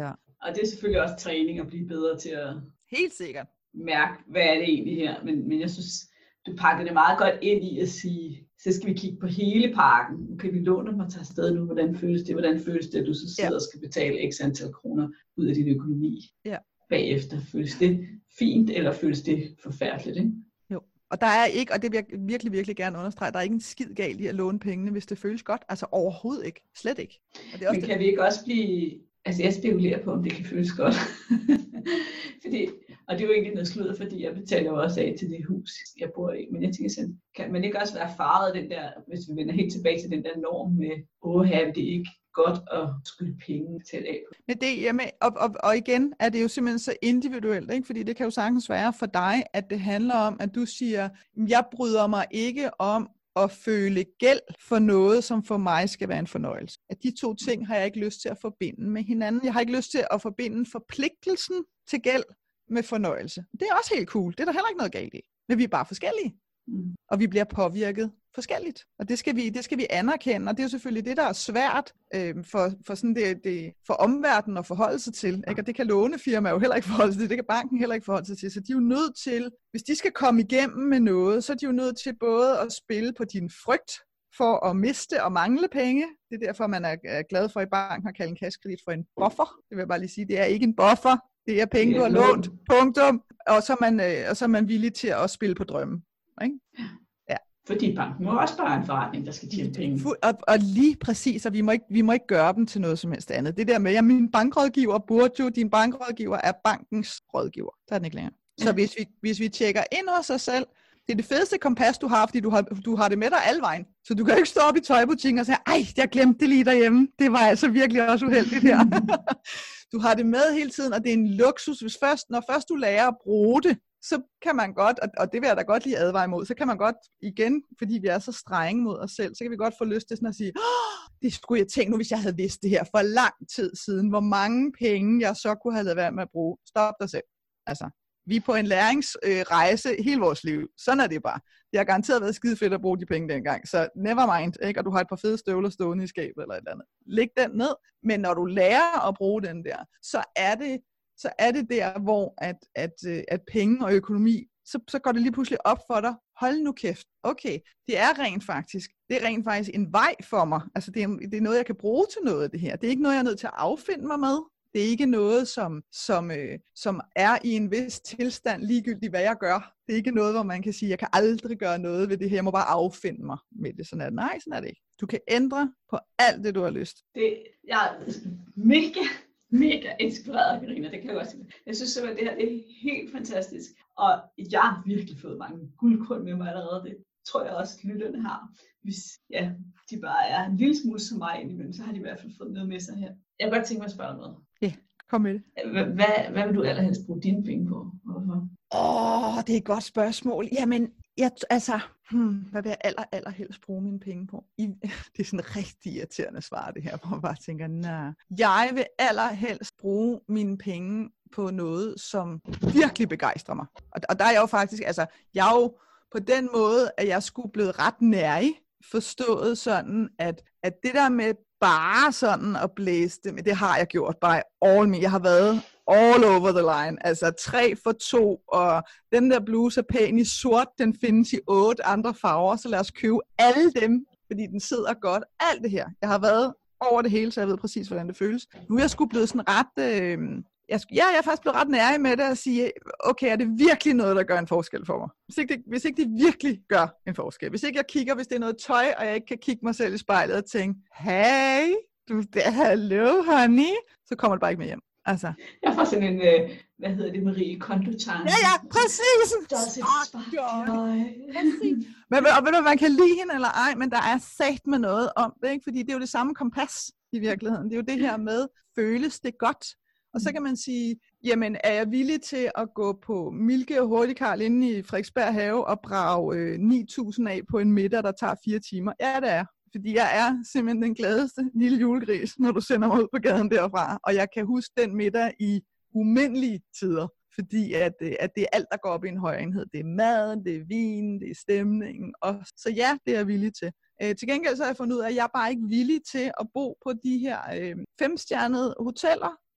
Og det er selvfølgelig også træning at blive bedre til at Helt sikkert. mærke, hvad er det egentlig her. Men, men jeg synes, du pakker det meget godt ind i at sige, så skal vi kigge på hele pakken. Nu kan vi låne dem og tage afsted nu. Hvordan føles det? Hvordan føles det, at du så sidder ja. og skal betale x antal kroner ud af din økonomi ja. bagefter? Føles det fint, eller føles det forfærdeligt? Ikke? Jo, og der er ikke, og det vil jeg virkelig, virkelig gerne understrege, der er ikke en skid galt i at låne pengene, hvis det føles godt. Altså overhovedet ikke. Slet ikke. Og det er også Men kan det. vi ikke også blive... Altså jeg spekulerer på, om det kan føles godt. fordi, og det er jo egentlig noget sludder, fordi jeg betaler jo også af til det hus, jeg bor i. Men jeg tænker sådan, kan man ikke også være faret af den der, hvis vi vender helt tilbage til den der norm med, åh, have det ikke godt at skylde penge til af på. Men det, jamen, og, og, og igen er det jo simpelthen så individuelt, ikke? Fordi det kan jo sagtens være for dig, at det handler om, at du siger, jeg bryder mig ikke om at føle gæld for noget, som for mig skal være en fornøjelse. At de to ting har jeg ikke lyst til at forbinde med hinanden. Jeg har ikke lyst til at forbinde forpligtelsen til gæld med fornøjelse. Det er også helt cool. Det er der heller ikke noget galt i. Men vi er bare forskellige. Mm. Og vi bliver påvirket forskelligt. Og det skal vi, det skal vi anerkende. Og det er jo selvfølgelig det, der er svært øh, for, for, sådan det, det, for omverdenen at forholde sig til. Ikke? Og det kan lånefirmaer jo heller ikke forholde sig til. Det kan banken heller ikke forholde sig til. Så de er jo nødt til, hvis de skal komme igennem med noget, så er de jo nødt til både at spille på din frygt for at miste og mangle penge. Det er derfor, man er glad for i banken at kalde en kassekredit for en buffer. Det vil jeg bare lige sige. Det er ikke en buffer. Det er penge, du har lånt. Punktum. Og så er man, øh, og så er man villig til at spille på drømmen. Ikke? Ja. Fordi banken må også bare en forretning, der skal tjene penge. Og, og lige præcis, og vi må, ikke, vi må ikke gøre dem til noget som helst andet. Det der med, at min bankrådgiver burde jo, din bankrådgiver er bankens rådgiver. Så er den ikke længere. Så ja. hvis, vi, hvis vi tjekker ind hos os selv, det er det fedeste kompas, du har, fordi du har, du har det med dig alle vejen. Så du kan ikke stå op i tøjbutikken og sige, ej, jeg glemte det lige derhjemme. Det var altså virkelig også uheldigt her. Du har det med hele tiden, og det er en luksus. Hvis først, når først du lærer at bruge det, så kan man godt, og det vil jeg da godt lige advare imod, så kan man godt igen, fordi vi er så strenge mod os selv, så kan vi godt få lyst til sådan at sige, oh, det skulle jeg tænke nu, hvis jeg havde vidst det her for lang tid siden, hvor mange penge jeg så kunne have lavet være med at bruge. Stop dig selv. Altså, vi er på en læringsrejse øh, hele vores liv. Sådan er det bare. Det har garanteret været skide fedt at bruge de penge dengang, så never mind, ikke? Og du har et par fede støvler stående i skabet eller et eller andet. Læg den ned, men når du lærer at bruge den der, så er det så er det der, hvor at, at, at penge og økonomi, så, så går det lige pludselig op for dig. Hold nu kæft. Okay, det er rent faktisk, det er rent faktisk en vej for mig. Altså det er, det er noget, jeg kan bruge til noget af det her. Det er ikke noget, jeg er nødt til at affinde mig med. Det er ikke noget, som, som, øh, som er i en vis tilstand ligegyldigt, hvad jeg gør. Det er ikke noget, hvor man kan sige, jeg kan aldrig gøre noget ved det her. Jeg må bare affinde mig med det. Sådan er det. Nej, sådan er det ikke. Du kan ændre på alt det, du har lyst. Det, jeg er mega... mega inspireret, Karina, det kan jeg godt sige. Jeg synes simpelthen, det her det er helt fantastisk. Og jeg har virkelig fået mange guldkorn med mig allerede. Det tror jeg også, lytterne har. Hvis ja, de bare er en lille smule som mig indimellem, så har de i hvert fald fået noget med sig her. Jeg kan godt tænke mig at spørge dig noget. Ja, kom med det. Hvad, hvad vil du allerhelst bruge dine penge på? Hvorfor? Åh, det er et godt spørgsmål. Jamen, jeg, altså, hmm, hvad vil jeg aller, allerhelst bruge mine penge på? I, det er sådan et rigtig irriterende svar, det her, hvor man bare tænker, nej. Jeg vil allerhelst bruge mine penge på noget, som virkelig begejstrer mig. Og, og der er jeg jo faktisk, altså, jeg er jo på den måde, at jeg skulle blive ret nærig, forstået sådan, at, at det der med bare sådan at blæse det, men det har jeg gjort by all me. Jeg har været all over the line, altså tre for to, og den der bluse er pæn i sort, den findes i otte andre farver, så lad os købe alle dem, fordi den sidder godt. Alt det her. Jeg har været over det hele, så jeg ved præcis, hvordan det føles. Nu er jeg sgu blevet sådan ret... Øh, jeg, ja, jeg er faktisk blevet ret nærig med det at sige, okay, er det virkelig noget, der gør en forskel for mig? Hvis ikke, det, hvis ikke det virkelig gør en forskel. Hvis ikke jeg kigger, hvis det er noget tøj, og jeg ikke kan kigge mig selv i spejlet og tænke, hey, du, hallo, honey, så kommer det bare ikke med hjem. Altså. Jeg får sådan en, øh, hvad hedder det, Marie Kondo-tegn. Ja, ja, præcis. Does it spark joy? Men, og ved du, man kan lide hende eller ej, men der er sat med noget om det, ikke? Fordi det er jo det samme kompas i virkeligheden. Det er jo det her med, føles det godt? Og så kan man sige, jamen er jeg villig til at gå på Milke og Hurtigkarl inde i Frederiksberg Have og brage øh, ni tusind af på en middag, der tager fire timer? Ja, det er. Fordi jeg er simpelthen den gladeste lille julegris, når du sender mig ud på gaden derfra. Og jeg kan huske den middag i umindelige tider. Fordi at, at det er alt, der går op i en høj enhed. Det er maden, det er vinen, det er stemningen. Og, så ja, det er jeg villig til. Øh, til gengæld så har jeg fundet ud af, at jeg er bare ikke villig til at bo på de her øh, femstjernede hoteller.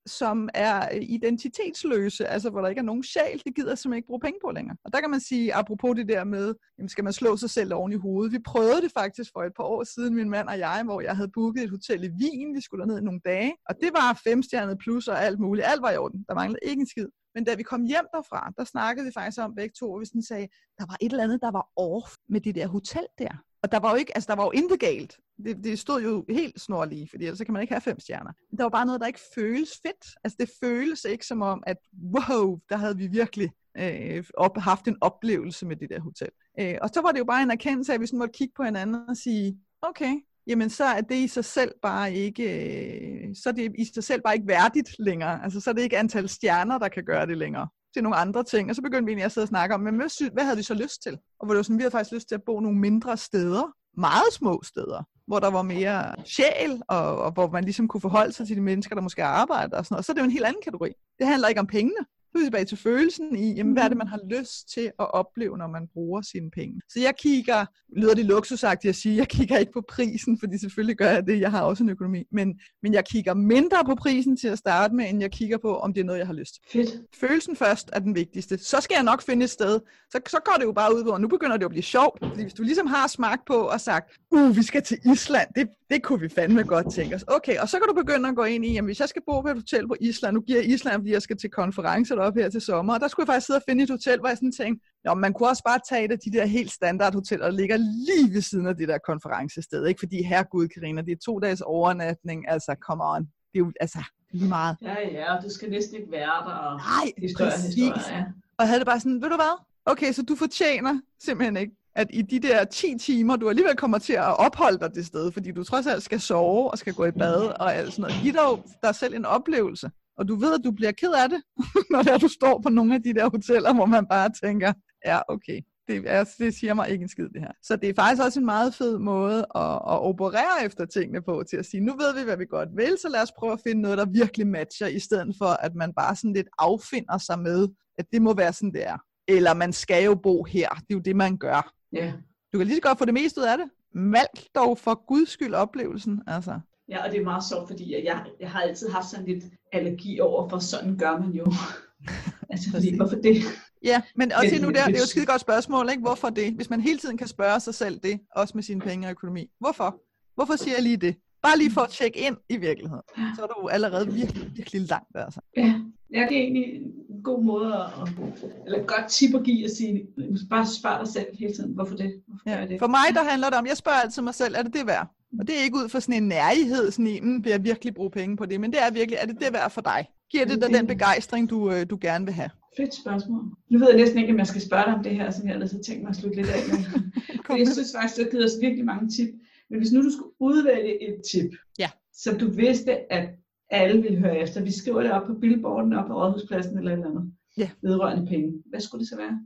som er identitetsløse, altså hvor der ikke er nogen sjæl, det gider simpelthen ikke bruge penge på længere. Og der kan man sige, apropos det der med, jamen skal man slå sig selv oven i hovedet. Vi prøvede det faktisk for et par år siden, min mand og jeg, hvor jeg havde booket et hotel i Wien, vi skulle derned i nogle dage, og det var femstjernet plus og alt muligt, alt var i orden, der manglede ikke en skid. Men da vi kom hjem derfra, der snakkede vi faktisk om begge to, og vi sådan sagde, der var et eller andet, der var off med det der hotel der. Og der var jo ikke, altså der var jo intet galt. Det, det stod jo helt snorlige, fordi ellers så kan man ikke have fem stjerner. Men der var bare noget, der ikke føles fedt. Altså det føles ikke som om, at wow, der havde vi virkelig øh, op, haft en oplevelse med det der hotel. Øh, og så var det jo bare en erkendelse af, at vi sådan måtte kigge på hinanden og sige, okay, jamen så er det i sig selv bare ikke, øh, så er det i sig selv bare ikke værdigt længere. Altså så er det ikke antal stjerner, der kan gøre det længere. Det er nogle andre ting. Og så begyndte vi egentlig at sidde og snakke om, men hvad, hvad havde vi så lyst til? Og hvor det var sådan, vi havde faktisk lyst til at bo nogle mindre steder, meget små steder, hvor der var mere sjæl, og, og hvor man ligesom kunne forholde sig til de mennesker, der måske arbejder og sådan noget. Og så er det jo en helt anden kategori. Det handler ikke om pengene. Så er vi tilbage til følelsen i, jamen, hvad er det, man har lyst til at opleve, når man bruger sine penge. Så jeg kigger, lyder det luksusagtigt at sige, jeg kigger ikke på prisen, fordi selvfølgelig gør jeg det, jeg har også en økonomi, men, men jeg kigger mindre på prisen til at starte med, end jeg kigger på, om det er noget, jeg har lyst til. Fedt. Følelsen først er den vigtigste. Så skal jeg nok finde et sted. Så, så går det jo bare ud på, og nu begynder det at blive sjovt. Fordi hvis du ligesom har smagt på og sagt, uh, vi skal til Island, det, det kunne vi fandme godt tænke os. Okay, og så kan du begynde at gå ind i, jamen hvis jeg skal bo på et hotel på Island, nu giver jeg Island, fordi jeg skal til konferencer op her til sommer, og der skulle jeg faktisk sidde og finde et hotel, hvor jeg sådan tænkte, jo, man kunne også bare tage et af de der helt standard hoteller, der ligger lige ved siden af det der konferencested, ikke? Fordi herregud, Karina, det er to dages overnatning, altså come on, det er jo altså lige meget. Ja, ja, du skal næsten ikke være der. Og nej, historie, præcis. historie, ja. Og jeg havde det bare sådan, ved du hvad? Okay, så du fortjener simpelthen ikke, at i de der ti timer, du alligevel kommer til at opholde dig det sted, fordi du trods alt skal sove og skal gå i bad og alt sådan noget. Giv dig dig selv en oplevelse. Og du ved, at du bliver ked af det, når der du står på nogle af de der hoteller, hvor man bare tænker, ja, okay, det, er, det siger mig ikke en skid det her. Så det er faktisk også en meget fed måde at, at operere efter tingene på, til at sige, nu ved vi, hvad vi godt vil, så lad os prøve at finde noget, der virkelig matcher, i stedet for, at man bare sådan lidt affinder sig med, at det må være sådan, det er. Eller man skal jo bo her, det er jo det, man gør. Yeah. Du kan lige så godt få det meste ud af det. Valg dog for guds skyld oplevelsen, altså. Ja, og det er meget sjovt, fordi jeg, jeg har altid haft sådan lidt allergi over, for sådan gør man jo. Altså, fordi, hvorfor det? Ja, men også men, nu der, det er jo et skide godt spørgsmål, ikke? Hvorfor det? Hvis man hele tiden kan spørge sig selv det, også med sine penge og økonomi. Hvorfor? Hvorfor siger jeg lige det? Bare lige for at tjekke ind i virkeligheden. Så er du allerede virkelig, virkelig langt der. Altså. Ja, ja, det er egentlig en god måde, at, eller et godt tip at give at sige, bare spørg dig selv hele tiden, hvorfor det? Hvorfor ja. det? For mig, der handler det om, jeg spørger altid mig selv, er det det værd? Og det er ikke ud fra sådan en nærighed, sådan en, vil jeg virkelig bruge penge på det, men det er virkelig, er det det værd for dig? Giver det dig den begejstring, du, du gerne vil have? Fedt spørgsmål. Nu ved jeg næsten ikke, om jeg skal spørge dig om det her, som jeg ellers har tænkt mig at slutte lidt af med. Jeg synes faktisk, du har givet os virkelig mange tip. Men hvis nu du skulle udvælge et tip, ja. som du vidste, at alle ville høre efter, vi skriver det op på billboarden, op på Rådhuspladsen eller et eller andet, ja. Vedrørende penge. Hvad skulle det så være?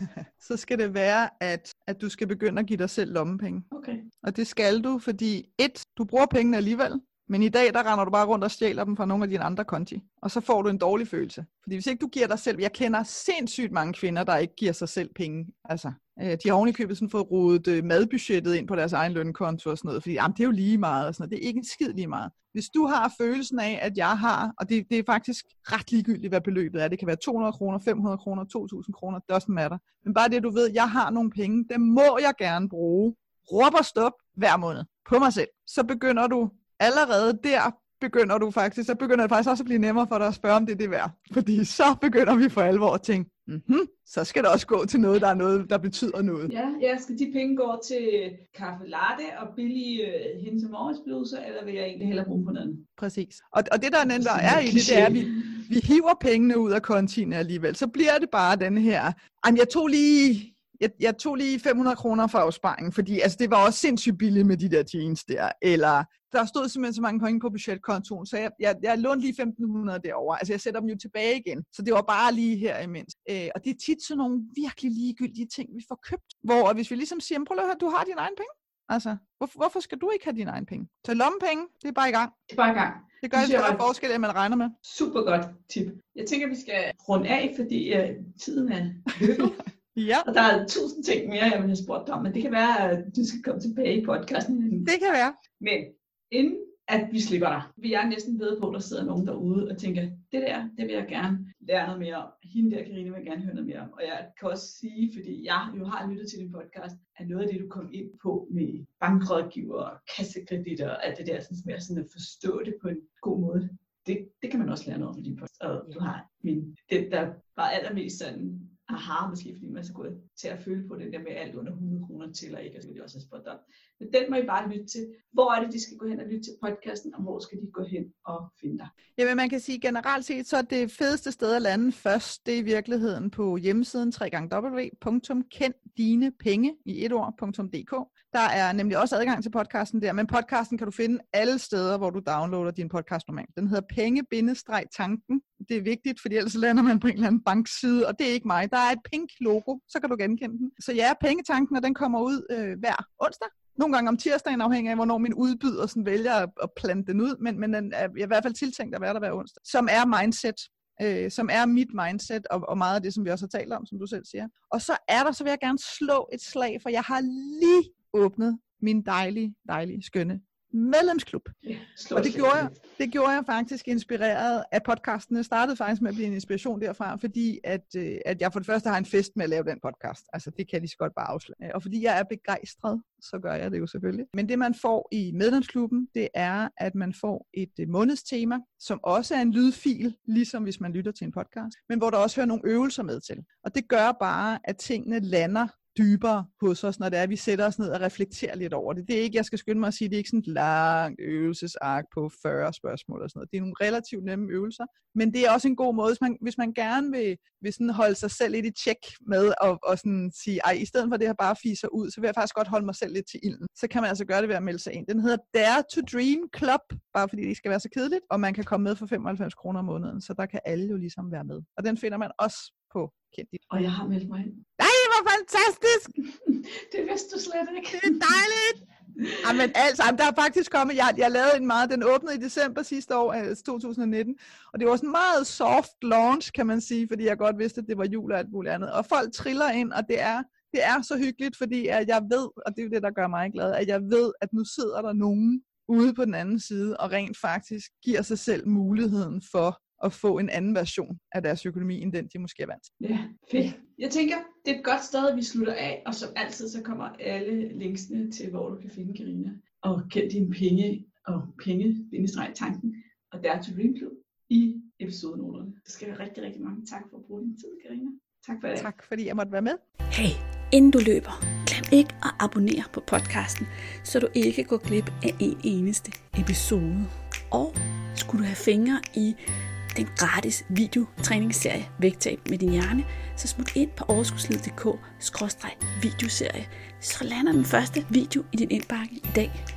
Så skal det være, at, at du skal begynde at give dig selv lommepenge. Okay. Og det skal du, fordi et, du bruger pengene alligevel, men i dag, der render du bare rundt og stjæler dem fra nogle af dine andre konti. Og så får du en dårlig følelse. Fordi hvis ikke du giver dig selv, jeg kender sindssygt mange kvinder, der ikke giver sig selv penge. Altså, øh, de har ovenikøbet sådan fået rodet øh, madbudgettet ind på deres egen lønkonto og sådan noget. Fordi jamen, det er jo lige meget og sådan noget. Det er ikke en skid lige meget. Hvis du har følelsen af, at jeg har, og det, det er faktisk ret ligegyldigt, hvad beløbet er. Det kan være to hundrede kroner, fem hundrede kroner, to tusind kroner, doesn't matter. Men bare det, du ved, jeg har nogle penge, dem må jeg gerne bruge. Råb og stop hver måned på mig selv. Så begynder du allerede der, begynder du faktisk, så begynder det faktisk også at blive nemmere for dig at spørge, om det er det værd. Fordi så begynder vi for alvor at tænke, mm-hmm, så skal det også gå til noget, der er noget, der betyder noget. Ja, ja, skal de penge gå til kaffe latte og billige uh, hendes morgensbluser, eller vil jeg egentlig hellere bruge på noget? Præcis. Og, og det der nemt er i det, det er, at vi, vi hiver pengene ud af kontiene alligevel. Så bliver det bare den her, jeg tog lige... Jeg, jeg tog lige fem hundrede kroner for afsparingen, fordi altså, det var også sindssygt billigt med de der jeans der. Eller der stod simpelthen så mange penge på budgetkontoen, så jeg, jeg, jeg lånte lige femten hundrede derovre. Altså jeg sætter dem jo tilbage igen, så det var bare lige her imens. Øh, og det er tit sådan nogle virkelig ligegyldige ting, vi får købt. Hvor hvis vi ligesom siger, prøv at høre, du har dine egne penge. Altså, hvorfor, hvorfor skal du ikke have dine egne penge? Så lommepenge, det er bare i gang. Det er bare i gang. Det gør en større forskel, end man regner med. Super godt tip. Jeg tænker, vi skal runde af, fordi uh, tiden er løbet. Ja. Og der er tusind ting mere, jeg vil have spurgt dig om, men det kan være, at du skal komme tilbage i podcasten. Det kan være. Men inden at vi slipper dig. Vi er næsten ved på, at der sidder nogen derude og tænker, det der, det vil jeg gerne lære noget mere om. Hende der, Karina, vil jeg gerne høre noget mere om. Og jeg kan også sige, fordi jeg jo har lyttet til din podcast, at noget af det, du kom ind på med bankrådgiver, kassekreditter og alt det der, sådan, med sådan at forstå det på en god måde, det, det kan man også lære noget om i din podcast. Og du har min, det, der var allermest sådan, aha, måske fordi man er så gået til at føle på det der med alt under hundrede kroner til, og ikke, og så vil de også have spurgt om. Men den må I bare lytte til. Hvor er det, de skal gå hen og lytte til podcasten, og hvor skal de gå hen og finde dig? Jamen man kan sige generelt set, så er det fedeste sted at lande først, det er i virkeligheden på hjemmesiden w w w punktum kend dine penge i et ord punktum d k. Der er nemlig også adgang til podcasten der, men podcasten kan du finde alle steder, hvor du downloader din podcast normalt. Den hedder penge-tanken. Det er vigtigt, fordi ellers lander man på en eller anden bankside, og det er ikke mig. Der er et pink logo, så kan du genkende den. Så ja, pengetanken, og den kommer ud øh, hver onsdag. Nogle gange om tirsdagen, afhængig af, hvornår min udbyder sådan vælger at, at plante den ud, men, men den er i hvert fald tiltænkt at være der hver onsdag. Som er mindset, øh, som er mit mindset, og, og meget af det, som vi også har talt om, som du selv siger. Og så er der, så vil jeg gerne slå et slag, for jeg har lige åbnet min dejlige, dejlige, skønne medlemsklub. Ja, og det gjorde, jeg, det gjorde jeg faktisk inspireret af podcasten. Jeg startede faktisk med at blive en inspiration derfra, fordi at, øh, at jeg for det første har en fest med at lave den podcast. Altså det kan jeg lige så godt bare afsløre. Og fordi jeg er begejstret, så gør jeg det jo selvfølgelig. Men det man får i medlemsklubben, det er, at man får et øh, månedstema, som også er en lydfil, ligesom hvis man lytter til en podcast, men hvor der også hører nogle øvelser med til. Og det gør bare, at tingene lander dybere hos os, når det er, at vi sætter os ned og reflekterer lidt over det. Det er ikke, jeg skal skynde mig at sige, det er ikke sådan et langt øvelsesark på fyrre spørgsmål og sådan noget. Det er nogle relativt nemme øvelser, men det er også en god måde, hvis man, hvis man gerne vil, vil sådan holde sig selv lidt i tjek med og, og sådan sige, ej, i stedet for det her bare fiser ud, så vil jeg faktisk godt holde mig selv lidt til ilden. Så kan man altså gøre det ved at melde sig ind. Den hedder Dare to Dream Club, bare fordi det ikke skal være så kedeligt, og man kan komme med for femoghalvfems kroner om måneden, så der kan alle jo ligesom være med. Og den finder man også på Kend Dine. Og jeg har meldt mig ind. Nej, hvor fantastisk! Det vidste du slet ikke. Det er dejligt! Jamen altså, der er faktisk kommet, jeg, jeg lavede en meget, den åbnede i december sidste år, altså to tusind nitten, og det var sådan en meget soft launch, kan man sige, fordi jeg godt vidste, at det var jul og alt muligt andet. Og folk triller ind, og det er, det er så hyggeligt, fordi at jeg ved, og det er jo det, der gør mig glad, at jeg ved, at nu sidder der nogen ude på den anden side, og rent faktisk giver sig selv muligheden for at få en anden version af deres økonomi, end den, de måske er vant til. Ja, fedt. Jeg tænker, det er et godt sted, at vi slutter af, og som altid, så kommer alle linksene til, hvor du kan finde Karina, og Kend Dine Penge, og penge-tanken, og Dare to Dream Club i episodenoterne. Det skal være rigtig, rigtig mange tak for at bruge din tid, Karina. Tak for det. Tak, fordi jeg måtte være med. Hey, inden du løber, glem ikke at abonnere på podcasten, så du ikke går glip af en eneste episode. Og skulle du have fingre i den gratis videotræningsserie Vægtab med din hjerne, så smut ind på overskudslivet punktum d k skråstreg videoserie, så lander den første video i din indbakke i dag.